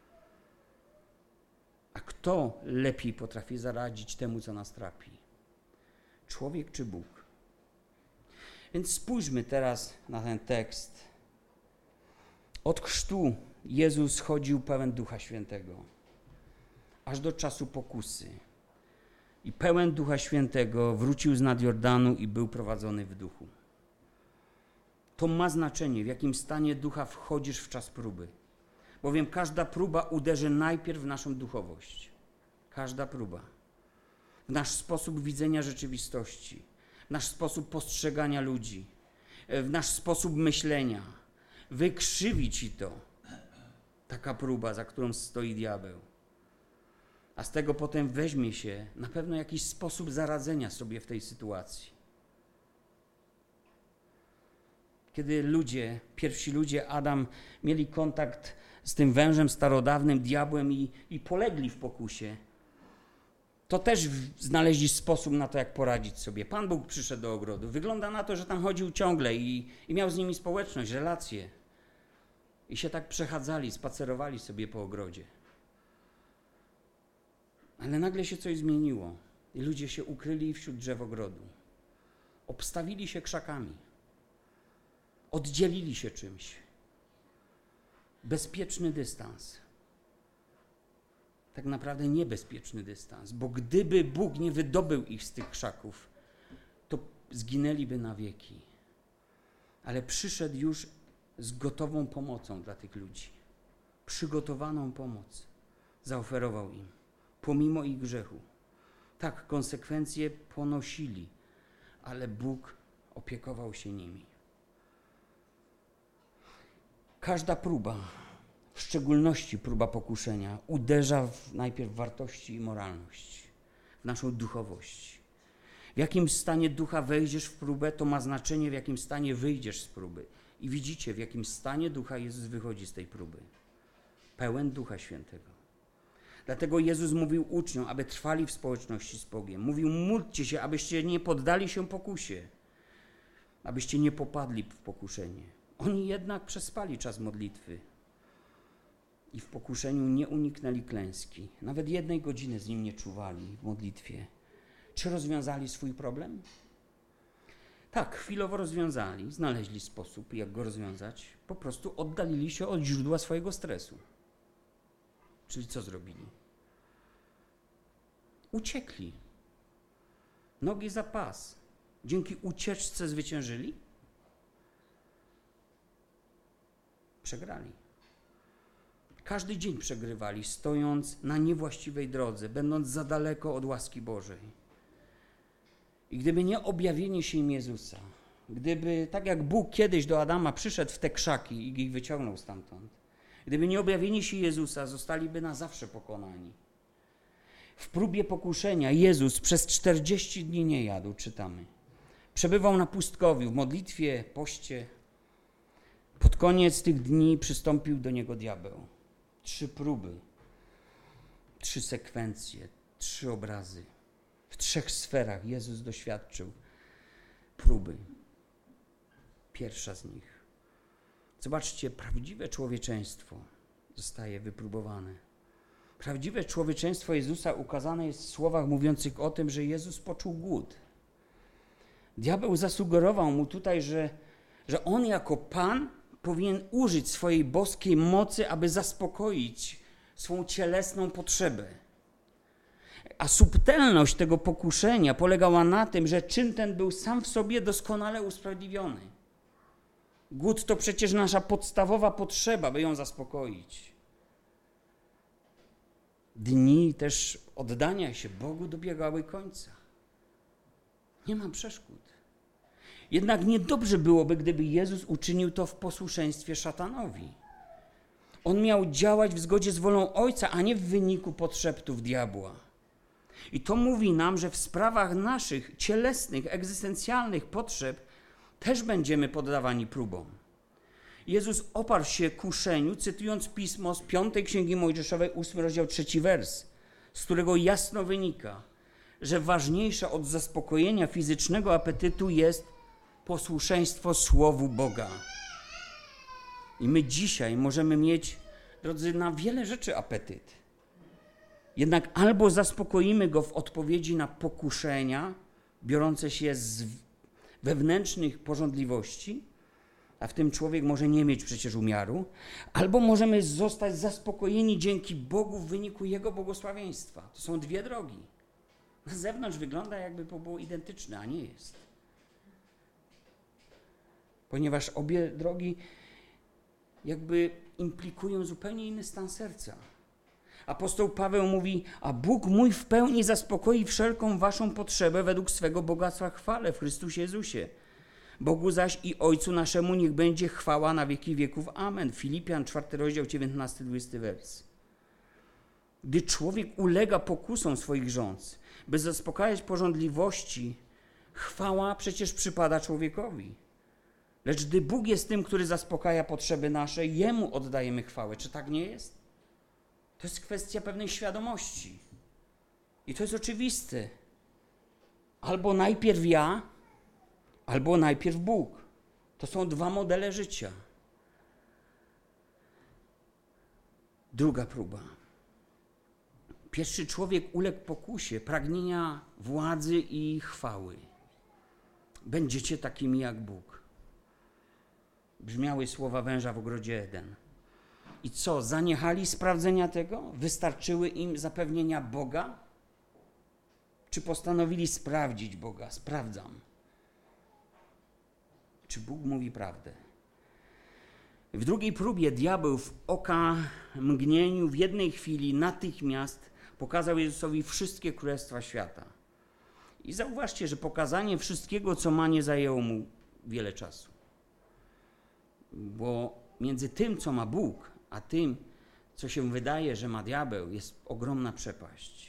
A kto lepiej potrafi zaradzić temu, co nas trapi? Człowiek czy Bóg? Więc spójrzmy teraz na ten tekst. Od chrztu Jezus chodził pełen Ducha Świętego, aż do czasu pokusy. I pełen Ducha Świętego wrócił z nad Jordanu i był prowadzony w duchu. To ma znaczenie, w jakim stanie ducha wchodzisz w czas próby. Bowiem każda próba uderzy najpierw w naszą duchowość. Każda próba. W nasz sposób widzenia rzeczywistości, w nasz sposób postrzegania ludzi, w nasz sposób myślenia. Wykrzywi ci to taka próba, za którą stoi diabeł. A z tego potem weźmie się na pewno jakiś sposób zaradzenia sobie w tej sytuacji. Kiedy pierwsi ludzie, Adam, mieli kontakt z tym wężem starodawnym, diabłem i polegli w pokusie, to też znaleźli sposób na to, jak poradzić sobie. Pan Bóg przyszedł do ogrodu. Wygląda na to, że tam chodził ciągle i miał z nimi społeczność, relacje. I się tak przechadzali, spacerowali sobie po ogrodzie. Ale nagle się coś zmieniło i ludzie się ukryli wśród drzew ogrodu. Obstawili się krzakami. Oddzielili się czymś. Bezpieczny dystans. Tak naprawdę niebezpieczny dystans, bo gdyby Bóg nie wydobył ich z tych krzaków, to zginęliby na wieki. Ale przyszedł już z gotową pomocą dla tych ludzi. Przygotowaną pomoc zaoferował im, pomimo ich grzechu. Tak, konsekwencje ponosili, ale Bóg opiekował się nimi. Każda próba, w szczególności próba pokuszenia, uderza najpierw w wartości i moralność, w naszą duchowość. W jakim stanie ducha wejdziesz w próbę, to ma znaczenie, w jakim stanie wyjdziesz z próby. I widzicie, w jakim stanie ducha Jezus wychodzi z tej próby. Pełen Ducha Świętego. Dlatego Jezus mówił uczniom, aby trwali w społeczności z Bogiem. Mówił, módlcie się, abyście nie poddali się pokusie, abyście nie popadli w pokuszenie. Oni jednak przespali czas modlitwy i w pokuszeniu nie uniknęli klęski. Nawet 1 godziny z nim nie czuwali w modlitwie. Czy rozwiązali swój problem? Tak, chwilowo rozwiązali, znaleźli sposób, jak go rozwiązać. Po prostu oddalili się od źródła swojego stresu. Czyli co zrobili? Uciekli. Nogi za pas. Dzięki ucieczce zwyciężyli? Przegrali. Każdy dzień przegrywali, stojąc na niewłaściwej drodze, będąc za daleko od łaski Bożej. I gdyby nie objawienie się im Jezusa, gdyby, tak jak Bóg kiedyś do Adama przyszedł w te krzaki i ich wyciągnął stamtąd, gdyby nie objawienie się Jezusa, zostaliby na zawsze pokonani. W próbie pokuszenia Jezus przez 40 dni nie jadł, czytamy. Przebywał na pustkowiu, w modlitwie, poście. Pod koniec tych dni przystąpił do niego diabeł. 3 próby, 3 sekwencje, 3 obrazy. W 3 sferach Jezus doświadczył próby. Pierwsza z nich. Zobaczcie, prawdziwe człowieczeństwo zostaje wypróbowane. Prawdziwe człowieczeństwo Jezusa ukazane jest w słowach mówiących o tym, że Jezus poczuł głód. Diabeł zasugerował mu tutaj, że on jako Pan powinien użyć swojej boskiej mocy, aby zaspokoić swą cielesną potrzebę. A subtelność tego pokuszenia polegała na tym, że czyn ten był sam w sobie doskonale usprawiedliwiony. Głód to przecież nasza podstawowa potrzeba, by ją zaspokoić. Dni też oddania się Bogu dobiegały końca. Nie ma przeszkód. Jednak niedobrze byłoby, gdyby Jezus uczynił to w posłuszeństwie szatanowi. On miał działać w zgodzie z wolą Ojca, a nie w wyniku podszeptów diabła. I to mówi nam, że w sprawach naszych cielesnych, egzystencjalnych potrzeb też będziemy poddawani próbom. Jezus oparł się kuszeniu, cytując pismo z 5 Księgi Mojżeszowej, 8 rozdział 3 wers, z którego jasno wynika, że ważniejsze od zaspokojenia fizycznego apetytu jest posłuszeństwo Słowu Boga. I my dzisiaj możemy mieć, drodzy, na wiele rzeczy apetyt. Jednak albo zaspokoimy go w odpowiedzi na pokuszenia biorące się z wewnętrznych pożądliwości, a w tym człowiek może nie mieć przecież umiaru, albo możemy zostać zaspokojeni dzięki Bogu w wyniku Jego błogosławieństwa. To są dwie drogi. Na zewnątrz wygląda, jakby to było identyczne, a nie jest. Ponieważ obie drogi jakby implikują zupełnie inny stan serca. Apostoł Paweł mówi, a Bóg mój w pełni zaspokoi wszelką waszą potrzebę według swego bogactwa chwale w Chrystusie Jezusie. Bogu zaś i Ojcu naszemu niech będzie chwała na wieki wieków. Amen. Filipian 4 rozdział 19-20 wers. Gdy człowiek ulega pokusom swoich rządz, by zaspokajać pożądliwości, chwała przecież przypada człowiekowi. Lecz gdy Bóg jest tym, który zaspokaja potrzeby nasze, Jemu oddajemy chwałę. Czy tak nie jest? To jest kwestia pewnej świadomości. I to jest oczywiste. Albo najpierw ja, albo najpierw Bóg. To są dwa modele życia. Druga próba. Pierwszy człowiek uległ pokusie pragnienia władzy i chwały. Będziecie takimi jak Bóg. Brzmiały słowa węża w ogrodzie Eden. I co, zaniechali sprawdzenia tego? Wystarczyły im zapewnienia Boga? Czy postanowili sprawdzić Boga? Sprawdzam. Czy Bóg mówi prawdę? W drugiej próbie diabeł w oka mgnieniu w jednej chwili natychmiast pokazał Jezusowi wszystkie królestwa świata. I zauważcie, że pokazanie wszystkiego, co ma, nie zajęło mu wiele czasu. Bo między tym, co ma Bóg, a tym, co się wydaje, że ma diabeł, jest ogromna przepaść.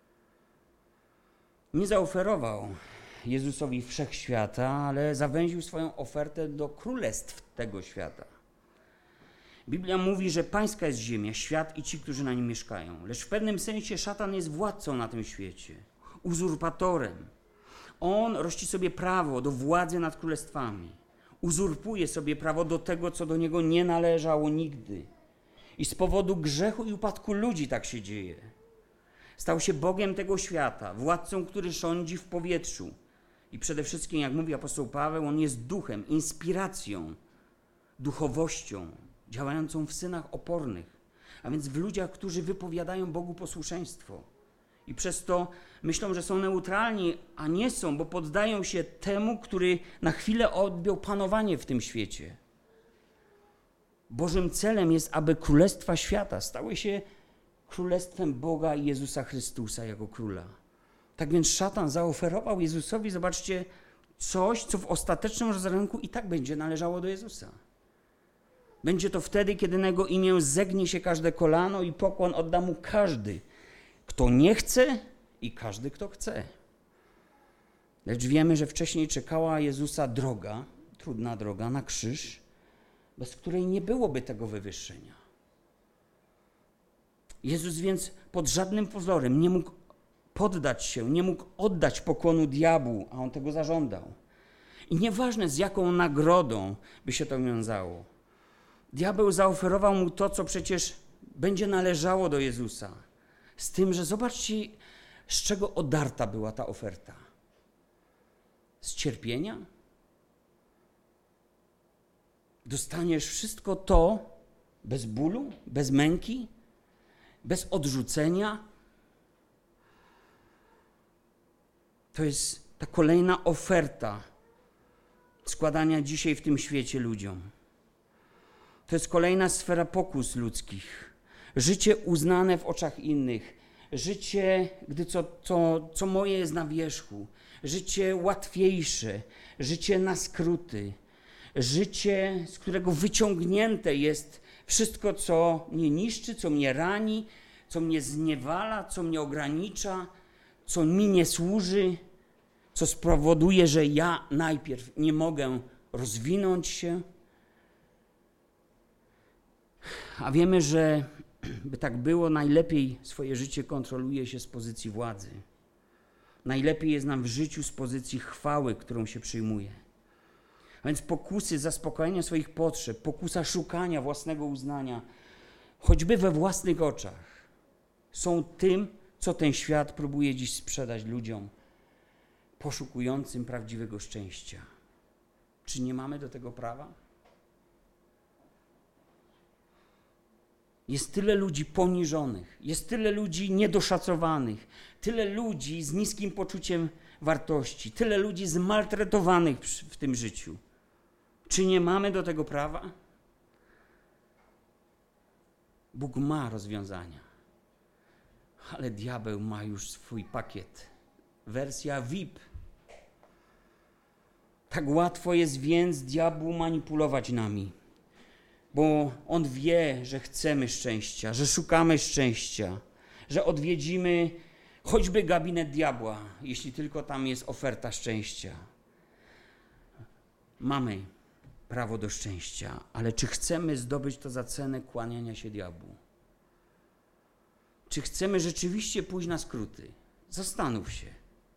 Nie zaoferował Jezusowi wszechświata, ale zawęził swoją ofertę do królestw tego świata. Biblia mówi, że pańska jest ziemia, świat i ci, którzy na nim mieszkają. Lecz w pewnym sensie szatan jest władcą na tym świecie, uzurpatorem. On rości sobie prawo do władzy nad królestwami. Uzurpuje sobie prawo do tego, co do niego nie należało nigdy. I z powodu grzechu i upadku ludzi tak się dzieje. Stał się Bogiem tego świata, władcą, który rządzi w powietrzu. I przede wszystkim, jak mówi apostoł Paweł, on jest duchem, inspiracją, duchowością, działającą w synach opornych, a więc w ludziach, którzy wypowiadają Bogu posłuszeństwo. I przez to myślą, że są neutralni, a nie są, bo poddają się temu, który na chwilę odjął panowanie w tym świecie. Bożym celem jest, aby królestwa świata stały się królestwem Boga i Jezusa Chrystusa jako króla. Tak więc szatan zaoferował Jezusowi, zobaczcie, coś, co w ostatecznym rozrachunku i tak będzie należało do Jezusa. Będzie to wtedy, kiedy na Jego imię zegnie się każde kolano i pokłon odda Mu każdy, kto nie chce i każdy, kto chce. Lecz wiemy, że wcześniej czekała Jezusa droga, trudna droga na krzyż, bez której nie byłoby tego wywyższenia. Jezus więc pod żadnym pozorem nie mógł poddać się, nie mógł oddać pokłonu diabłu, a on tego zażądał. I nieważne, z jaką nagrodą by się to wiązało. Diabeł zaoferował mu to, co przecież będzie należało do Jezusa. Z tym, że zobaczcie, z czego odarta była ta oferta. Z cierpienia? Dostaniesz wszystko to bez bólu, bez męki, bez odrzucenia. To jest ta kolejna oferta składania dzisiaj w tym świecie ludziom. To jest kolejna sfera pokus ludzkich. Życie uznane w oczach innych. Życie, gdy co moje jest na wierzchu. Życie łatwiejsze. Życie na skróty. Życie, z którego wyciągnięte jest wszystko, co mnie niszczy, co mnie rani, co mnie zniewala, co mnie ogranicza, co mi nie służy, co spowoduje, że ja najpierw nie mogę rozwinąć się. A wiemy, że by tak było, najlepiej swoje życie kontroluje się z pozycji władzy. Najlepiej jest nam w życiu z pozycji chwały, którą się przyjmuje. A więc pokusy zaspokojenia swoich potrzeb, pokusa szukania własnego uznania, choćby we własnych oczach, są tym, co ten świat próbuje dziś sprzedać ludziom poszukującym prawdziwego szczęścia. Czy nie mamy do tego prawa? Jest tyle ludzi poniżonych, jest tyle ludzi niedoszacowanych, tyle ludzi z niskim poczuciem wartości, tyle ludzi zmaltretowanych w tym życiu. Czy nie mamy do tego prawa? Bóg ma rozwiązania, ale diabeł ma już swój pakiet. Wersja VIP. Tak łatwo jest więc diabłu manipulować nami, bo on wie, że chcemy szczęścia, że szukamy szczęścia, że odwiedzimy choćby gabinet diabła, jeśli tylko tam jest oferta szczęścia. Mamy prawo do szczęścia, ale czy chcemy zdobyć to za cenę kłaniania się diabłu? Czy chcemy rzeczywiście pójść na skróty? Zastanów się.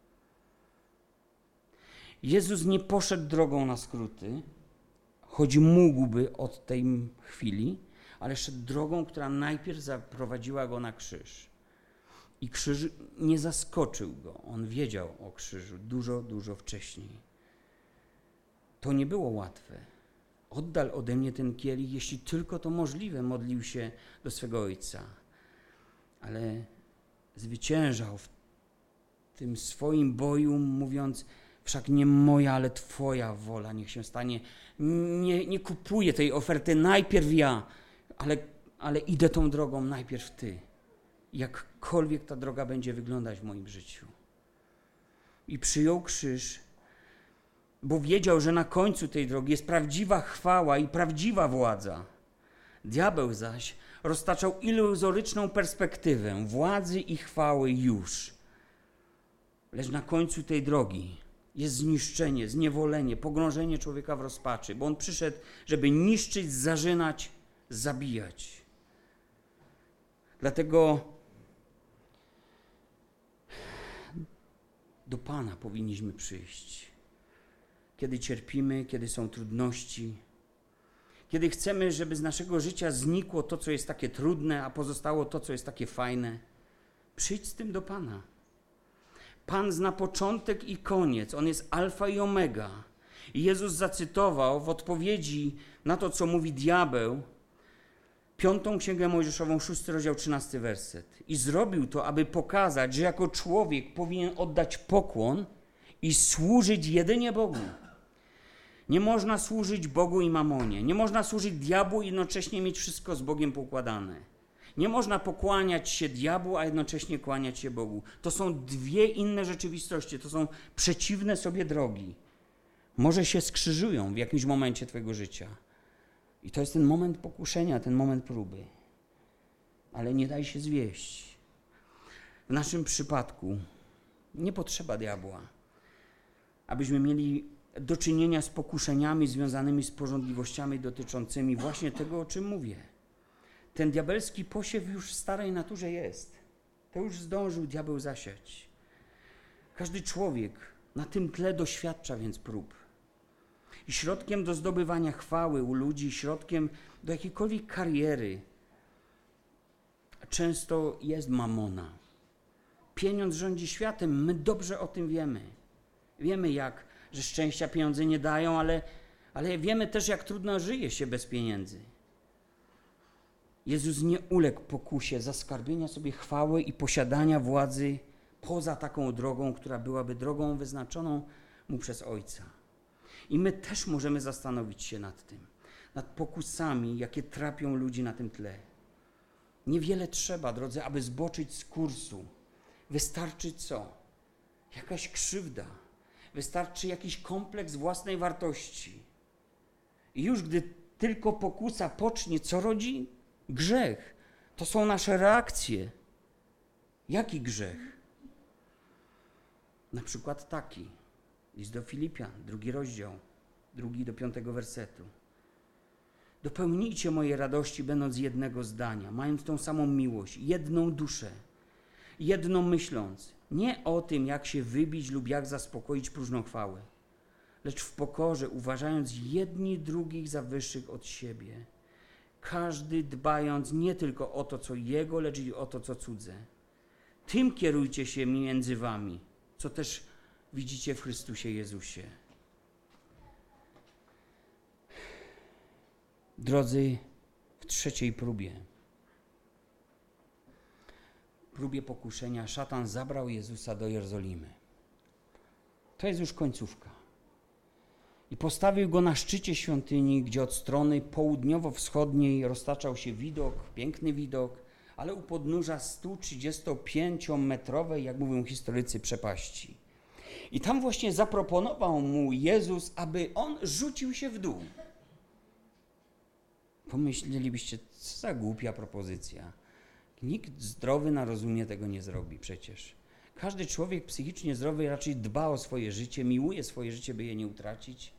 Jezus nie poszedł drogą na skróty, choć mógłby od tej chwili, ale szedł drogą, która najpierw zaprowadziła go na krzyż. I krzyż nie zaskoczył go. On wiedział o krzyżu dużo wcześniej. To nie było łatwe. Oddal ode mnie ten kielich, jeśli tylko to możliwe, modlił się do swego Ojca. Ale zwyciężał w tym swoim boju, mówiąc: wszak nie moja, ale Twoja wola niech się stanie. Nie kupuję tej oferty najpierw ja, ale idę tą drogą najpierw Ty. Jakkolwiek ta droga będzie wyglądać w moim życiu. I przyjął krzyż, bo wiedział, że na końcu tej drogi jest prawdziwa chwała i prawdziwa władza. Diabeł zaś roztaczał iluzoryczną perspektywę władzy i chwały już. Lecz na końcu tej drogi jest zniszczenie, zniewolenie, pogrążenie człowieka w rozpaczy, bo on przyszedł, żeby niszczyć, zarzynać, zabijać. Dlatego do Pana powinniśmy przyjść. Kiedy cierpimy, kiedy są trudności, kiedy chcemy, żeby z naszego życia znikło to, co jest takie trudne, a pozostało to, co jest takie fajne. Przyjdź z tym do Pana. Pan zna początek i koniec. On jest alfa i omega. I Jezus zacytował w odpowiedzi na to, co mówi diabeł, 5. Księgę Mojżeszową, 6 rozdział, 13 werset. I zrobił to, aby pokazać, że jako człowiek powinien oddać pokłon i służyć jedynie Bogu. Nie można służyć Bogu i mamonie. Nie można służyć diabłu i jednocześnie mieć wszystko z Bogiem poukładane. Nie można pokłaniać się diabłu, a jednocześnie kłaniać się Bogu. To są dwie inne rzeczywistości. To są przeciwne sobie drogi. Może się skrzyżują w jakimś momencie twojego życia. I to jest ten moment pokuszenia, ten moment próby. Ale nie daj się zwieść. W naszym przypadku nie potrzeba diabła, abyśmy mieli do czynienia z pokuszeniami związanymi z pożądliwościami dotyczącymi właśnie tego, o czym mówię. Ten diabelski posiew już w starej naturze jest. To już zdążył diabeł zasiać. Każdy człowiek na tym tle doświadcza więc prób. I środkiem do zdobywania chwały u ludzi, środkiem do jakiejkolwiek kariery często jest mamona. Pieniądz rządzi światem, my dobrze o tym wiemy. Wiemy że szczęścia pieniądze nie dają, ale wiemy też, jak trudno żyje się bez pieniędzy. Jezus nie uległ pokusie zaskarbienia sobie chwały i posiadania władzy poza taką drogą, która byłaby drogą wyznaczoną mu przez Ojca. I my też możemy zastanowić się nad tym, nad pokusami, jakie trapią ludzi na tym tle. Niewiele trzeba, drodzy, aby zboczyć z kursu. Wystarczy co? Jakaś krzywda. Wystarczy jakiś kompleks własnej wartości. I już gdy tylko pokusa pocznie, co rodzi? Grzech. To są nasze reakcje. Jaki grzech? Na przykład taki. List do Filipian, 2 rozdział, 2 do 5 wersetu. Dopełnijcie mojej radości, będąc jednego zdania, mając tą samą miłość, jedną duszę, jedną myśląc. Nie o tym, jak się wybić lub jak zaspokoić próżną chwałę, lecz w pokorze, uważając jedni drugich za wyższych od siebie. Każdy dbając nie tylko o to, co jego, lecz i o to, co cudze. Tym kierujcie się między wami, co też widzicie w Chrystusie Jezusie. Drodzy, w trzeciej próbie pokuszenia, szatan zabrał Jezusa do Jerozolimy. To jest już końcówka. I postawił go na szczycie świątyni, gdzie od strony południowo-wschodniej roztaczał się widok, piękny widok, ale u podnóża 135-metrowej, jak mówią historycy, przepaści. I tam właśnie zaproponował mu Jezus, aby on rzucił się w dół. Pomyślelibyście, co za głupia propozycja. Nikt zdrowy na rozumie tego nie zrobi przecież. Każdy człowiek psychicznie zdrowy raczej dba o swoje życie, miłuje swoje życie, by je nie utracić.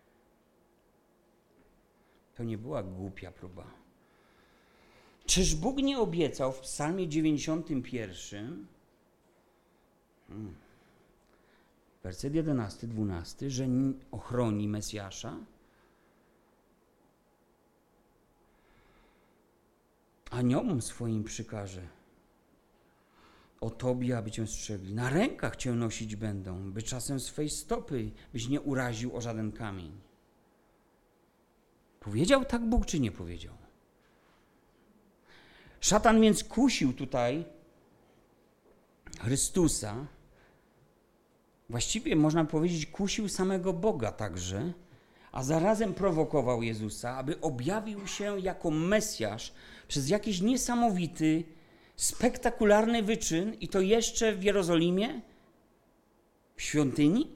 To nie była głupia próba. Czyż Bóg nie obiecał w Psalmie 91, werset 11-12, że ochroni Mesjasza? Aniołom swoim przykaże o Tobie, aby Cię strzegli. Na rękach Cię nosić będą, by czasem swej stopy byś nie uraził o żaden kamień. Powiedział tak Bóg, czy nie powiedział? Szatan więc kusił tutaj Chrystusa, właściwie można powiedzieć kusił samego Boga także, a zarazem prowokował Jezusa, aby objawił się jako Mesjasz przez jakiś niesamowity, spektakularny wyczyn i to jeszcze w Jerozolimie, w świątyni.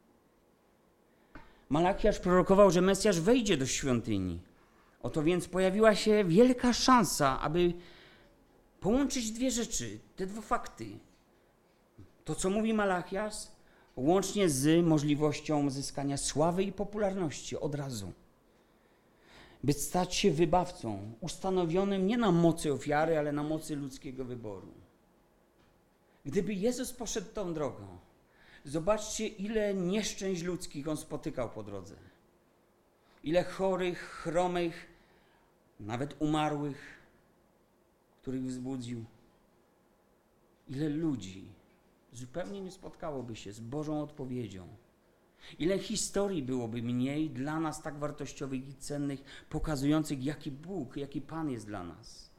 Malachiasz prorokował, że Mesjasz wejdzie do świątyni. Oto więc pojawiła się wielka szansa, aby połączyć dwie rzeczy, te dwa fakty. To, co mówi Malachiasz, łącznie z możliwością zyskania sławy i popularności od razu. By stać się wybawcą, ustanowionym nie na mocy ofiary, ale na mocy ludzkiego wyboru. Gdyby Jezus poszedł tą drogą, zobaczcie, ile nieszczęść ludzkich On spotykał po drodze. Ile chorych, chromych, nawet umarłych, których wzbudził. Ile ludzi zupełnie nie spotkałoby się z Bożą odpowiedzią. Ile historii byłoby mniej dla nas tak wartościowych i cennych, pokazujących, jaki Bóg, jaki Pan jest dla nas.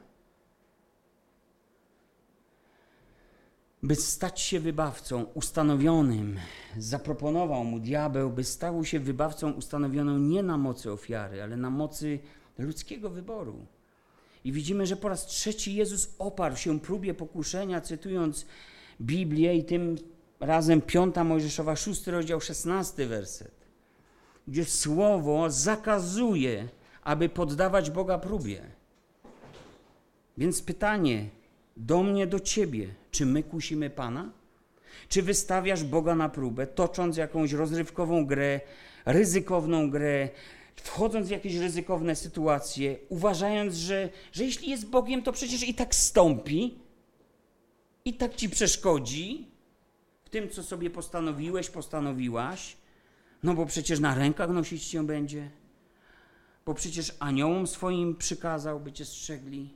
By stać się wybawcą ustanowionym, zaproponował mu diabeł, by stał się wybawcą ustanowionym nie na mocy ofiary, ale na mocy ludzkiego wyboru. I widzimy, że po raz trzeci Jezus oparł się próbie pokuszenia, cytując Biblię i tym razem 5 Mojżeszowa, 6 rozdział, 16 werset, gdzie Słowo zakazuje, aby poddawać Boga próbie. Więc pytanie do mnie, do ciebie, czy my kusimy Pana? Czy wystawiasz Boga na próbę, tocząc jakąś rozrywkową grę, ryzykowną grę, wchodząc w jakieś ryzykowne sytuacje, uważając, że jeśli jest Bogiem, to przecież i tak stąpi, i tak ci przeszkodzi w tym, co sobie postanowiłeś, postanowiłaś, no bo przecież na rękach nosić cię będzie, bo przecież aniołom swoim przykazał, by cię strzegli.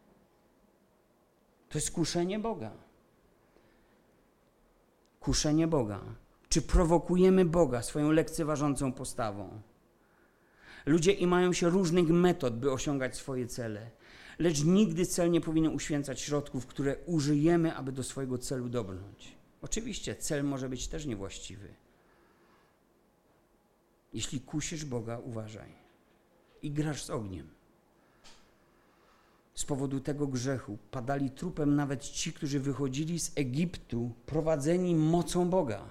To jest kuszenie Boga. Kuszenie Boga. Czy prowokujemy Boga swoją lekceważącą postawą? Ludzie mają się różnych metod, by osiągać swoje cele, lecz nigdy cel nie powinien uświęcać środków, które użyjemy, aby do swojego celu dobrnąć. Oczywiście cel może być też niewłaściwy. Jeśli kusisz Boga, uważaj. I grasz z ogniem. Z powodu tego grzechu padali trupem nawet ci, którzy wychodzili z Egiptu, prowadzeni mocą Boga.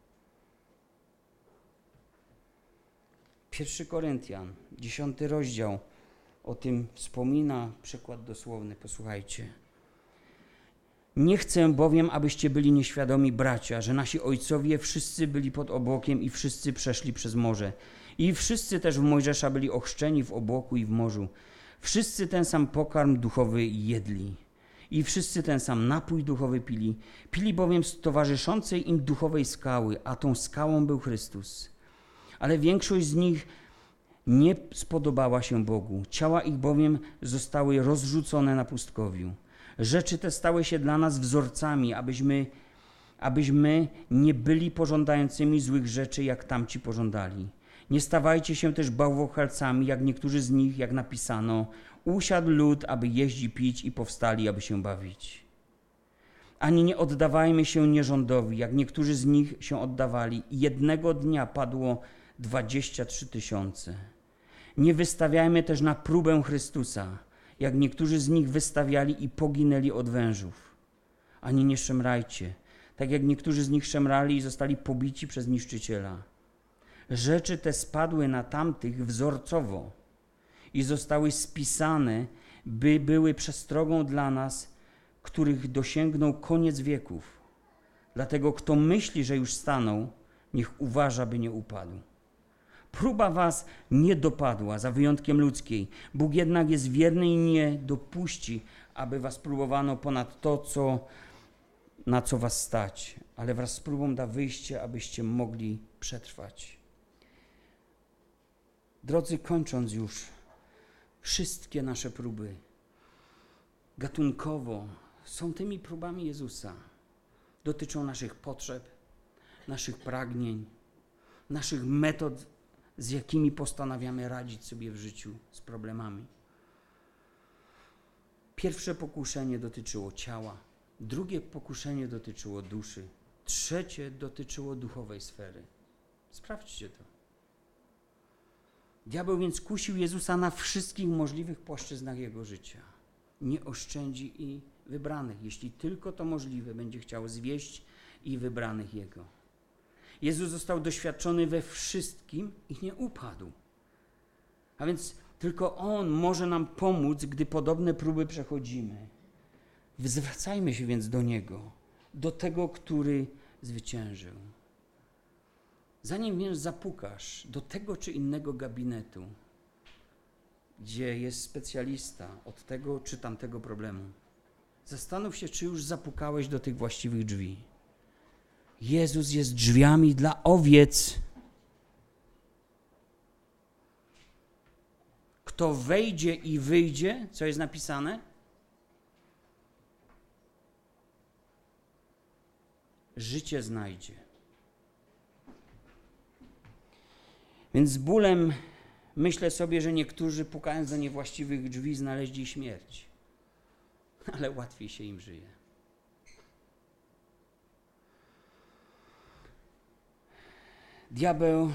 1 Koryntian, 10 rozdział, o tym wspomina, przykład dosłowny, posłuchajcie. Nie chcę bowiem, abyście byli nieświadomi, bracia, że nasi ojcowie wszyscy byli pod obłokiem i wszyscy przeszli przez morze. I wszyscy też w Mojżesza byli ochrzczeni w obłoku i w morzu. Wszyscy ten sam pokarm duchowy jedli. I wszyscy ten sam napój duchowy pili. Pili bowiem z towarzyszącej im duchowej skały, a tą skałą był Chrystus. Ale większość z nich nie spodobała się Bogu. Ciała ich bowiem zostały rozrzucone na pustkowiu. Rzeczy te stały się dla nas wzorcami, abyśmy nie byli pożądającymi złych rzeczy, jak tamci pożądali. Nie stawajcie się też bałwochwalcami, jak niektórzy z nich, jak napisano, usiadł lud, aby jeść i pić, i powstali, aby się bawić. Ani nie oddawajmy się nierządowi, jak niektórzy z nich się oddawali, i jednego dnia padło 23 000. Nie wystawiajmy też na próbę Chrystusa, jak niektórzy z nich wystawiali i poginęli od wężów. Ani nie szemrajcie, tak jak niektórzy z nich szemrali i zostali pobici przez niszczyciela. Rzeczy te spadły na tamtych wzorcowo i zostały spisane, by były przestrogą dla nas, których dosięgnął koniec wieków. Dlatego kto myśli, że już stanął, niech uważa, by nie upadł. Próba was nie dopadła, za wyjątkiem ludzkiej. Bóg jednak jest wierny i nie dopuści, aby was próbowano ponad to, na co was stać, ale wraz z próbą da wyjście, abyście mogli przetrwać. Drodzy, kończąc już, wszystkie nasze próby gatunkowo są tymi próbami Jezusa. Dotyczą naszych potrzeb, naszych pragnień, naszych metod, z jakimi postanawiamy radzić sobie w życiu z problemami. Pierwsze pokuszenie dotyczyło ciała, drugie pokuszenie dotyczyło duszy, trzecie dotyczyło duchowej sfery. Sprawdźcie to. Diabeł więc kusił Jezusa na wszystkich możliwych płaszczyznach jego życia. Nie oszczędzi i wybranych, jeśli tylko to możliwe, będzie chciał zwieść i wybranych jego. Jezus został doświadczony we wszystkim i nie upadł. A więc tylko On może nam pomóc, gdy podobne próby przechodzimy. Zwracajmy się więc do Niego, do tego, który zwyciężył. Zanim więc zapukasz do tego czy innego gabinetu, gdzie jest specjalista od tego czy tamtego problemu, zastanów się, czy już zapukałeś do tych właściwych drzwi. Jezus jest drzwiami dla owiec. Kto wejdzie i wyjdzie, co jest napisane? Życie znajdzie. Więc z bólem myślę sobie, że niektórzy, pukając do niewłaściwych drzwi, znaleźli śmierć. Ale łatwiej się im żyje. Diabeł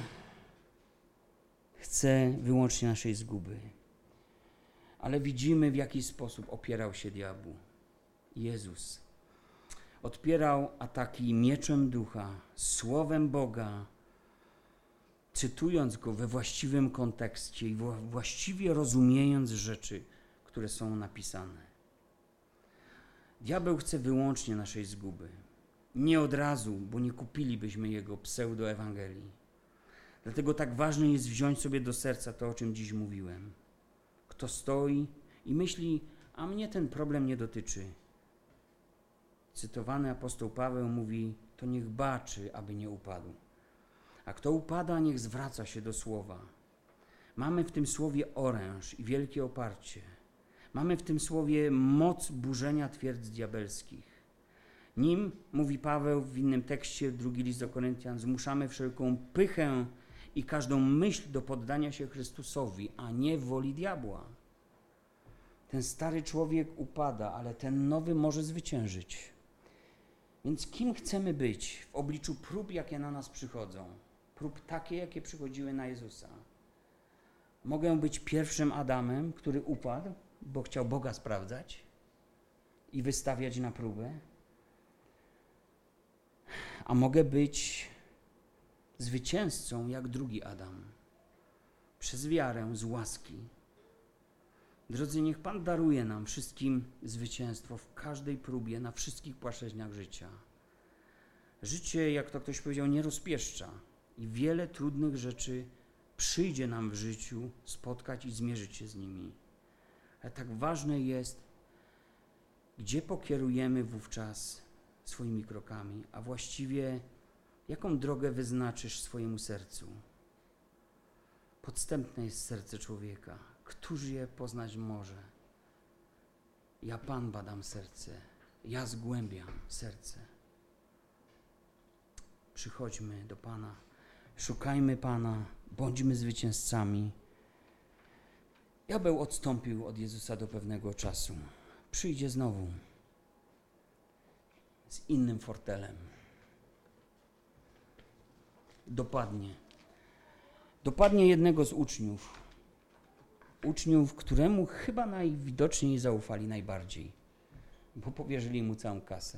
chce wyłącznie naszej zguby. Ale widzimy, w jaki sposób opierał się diabłu. Jezus odpierał ataki mieczem ducha, słowem Boga, cytując go we właściwym kontekście i właściwie rozumiejąc rzeczy, które są napisane. Diabeł chce wyłącznie naszej zguby. Nie od razu, bo nie kupilibyśmy jego pseudoewangelii. Dlatego tak ważne jest wziąć sobie do serca to, o czym dziś mówiłem. Kto stoi i myśli, a mnie ten problem nie dotyczy. Cytowany apostoł Paweł mówi, to niech baczy, aby nie upadł. A kto upada, niech zwraca się do słowa. Mamy w tym słowie oręż i wielkie oparcie. Mamy w tym słowie moc burzenia twierdz diabelskich. Nim, mówi Paweł w innym tekście, drugi list do Koryntian, zmuszamy wszelką pychę i każdą myśl do poddania się Chrystusowi, a nie woli diabła. Ten stary człowiek upada, ale ten nowy może zwyciężyć. Więc kim chcemy być w obliczu prób, jakie na nas przychodzą? Prób takie, jakie przychodziły na Jezusa. Mogę być pierwszym Adamem, który upadł, bo chciał Boga sprawdzać i wystawiać na próbę. A mogę być zwycięzcą jak drugi Adam. Przez wiarę, z łaski. Drodzy, niech Pan daruje nam wszystkim zwycięstwo w każdej próbie, na wszystkich płaszczyznach życia. Życie, jak to ktoś powiedział, nie rozpieszcza i wiele trudnych rzeczy przyjdzie nam w życiu spotkać i zmierzyć się z nimi. Ale tak ważne jest, gdzie pokierujemy wówczas swoimi krokami, a właściwie jaką drogę wyznaczysz swojemu sercu. Podstępne jest serce człowieka. Któż je poznać może? Ja Pan badam serce, ja zgłębiam serce. Przychodźmy do Pana, szukajmy Pana, bądźmy zwycięzcami. Diabeł odstąpił od Jezusa do pewnego czasu. Przyjdzie znowu z innym fortelem. Dopadnie jednego z uczniów, któremu chyba najwidoczniej zaufali najbardziej, bo powierzyli mu całą kasę.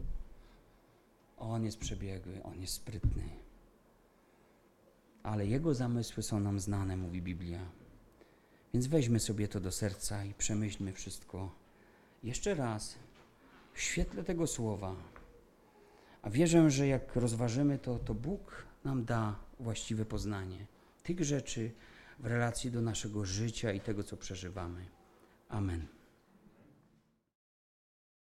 On jest przebiegły, on jest sprytny. Ale jego zamysły są nam znane, mówi Biblia. Więc weźmy sobie to do serca i przemyślmy wszystko jeszcze raz w świetle tego słowa. A wierzę, że jak rozważymy to Bóg nam da właściwe poznanie tych rzeczy w relacji do naszego życia i tego, co przeżywamy. Amen.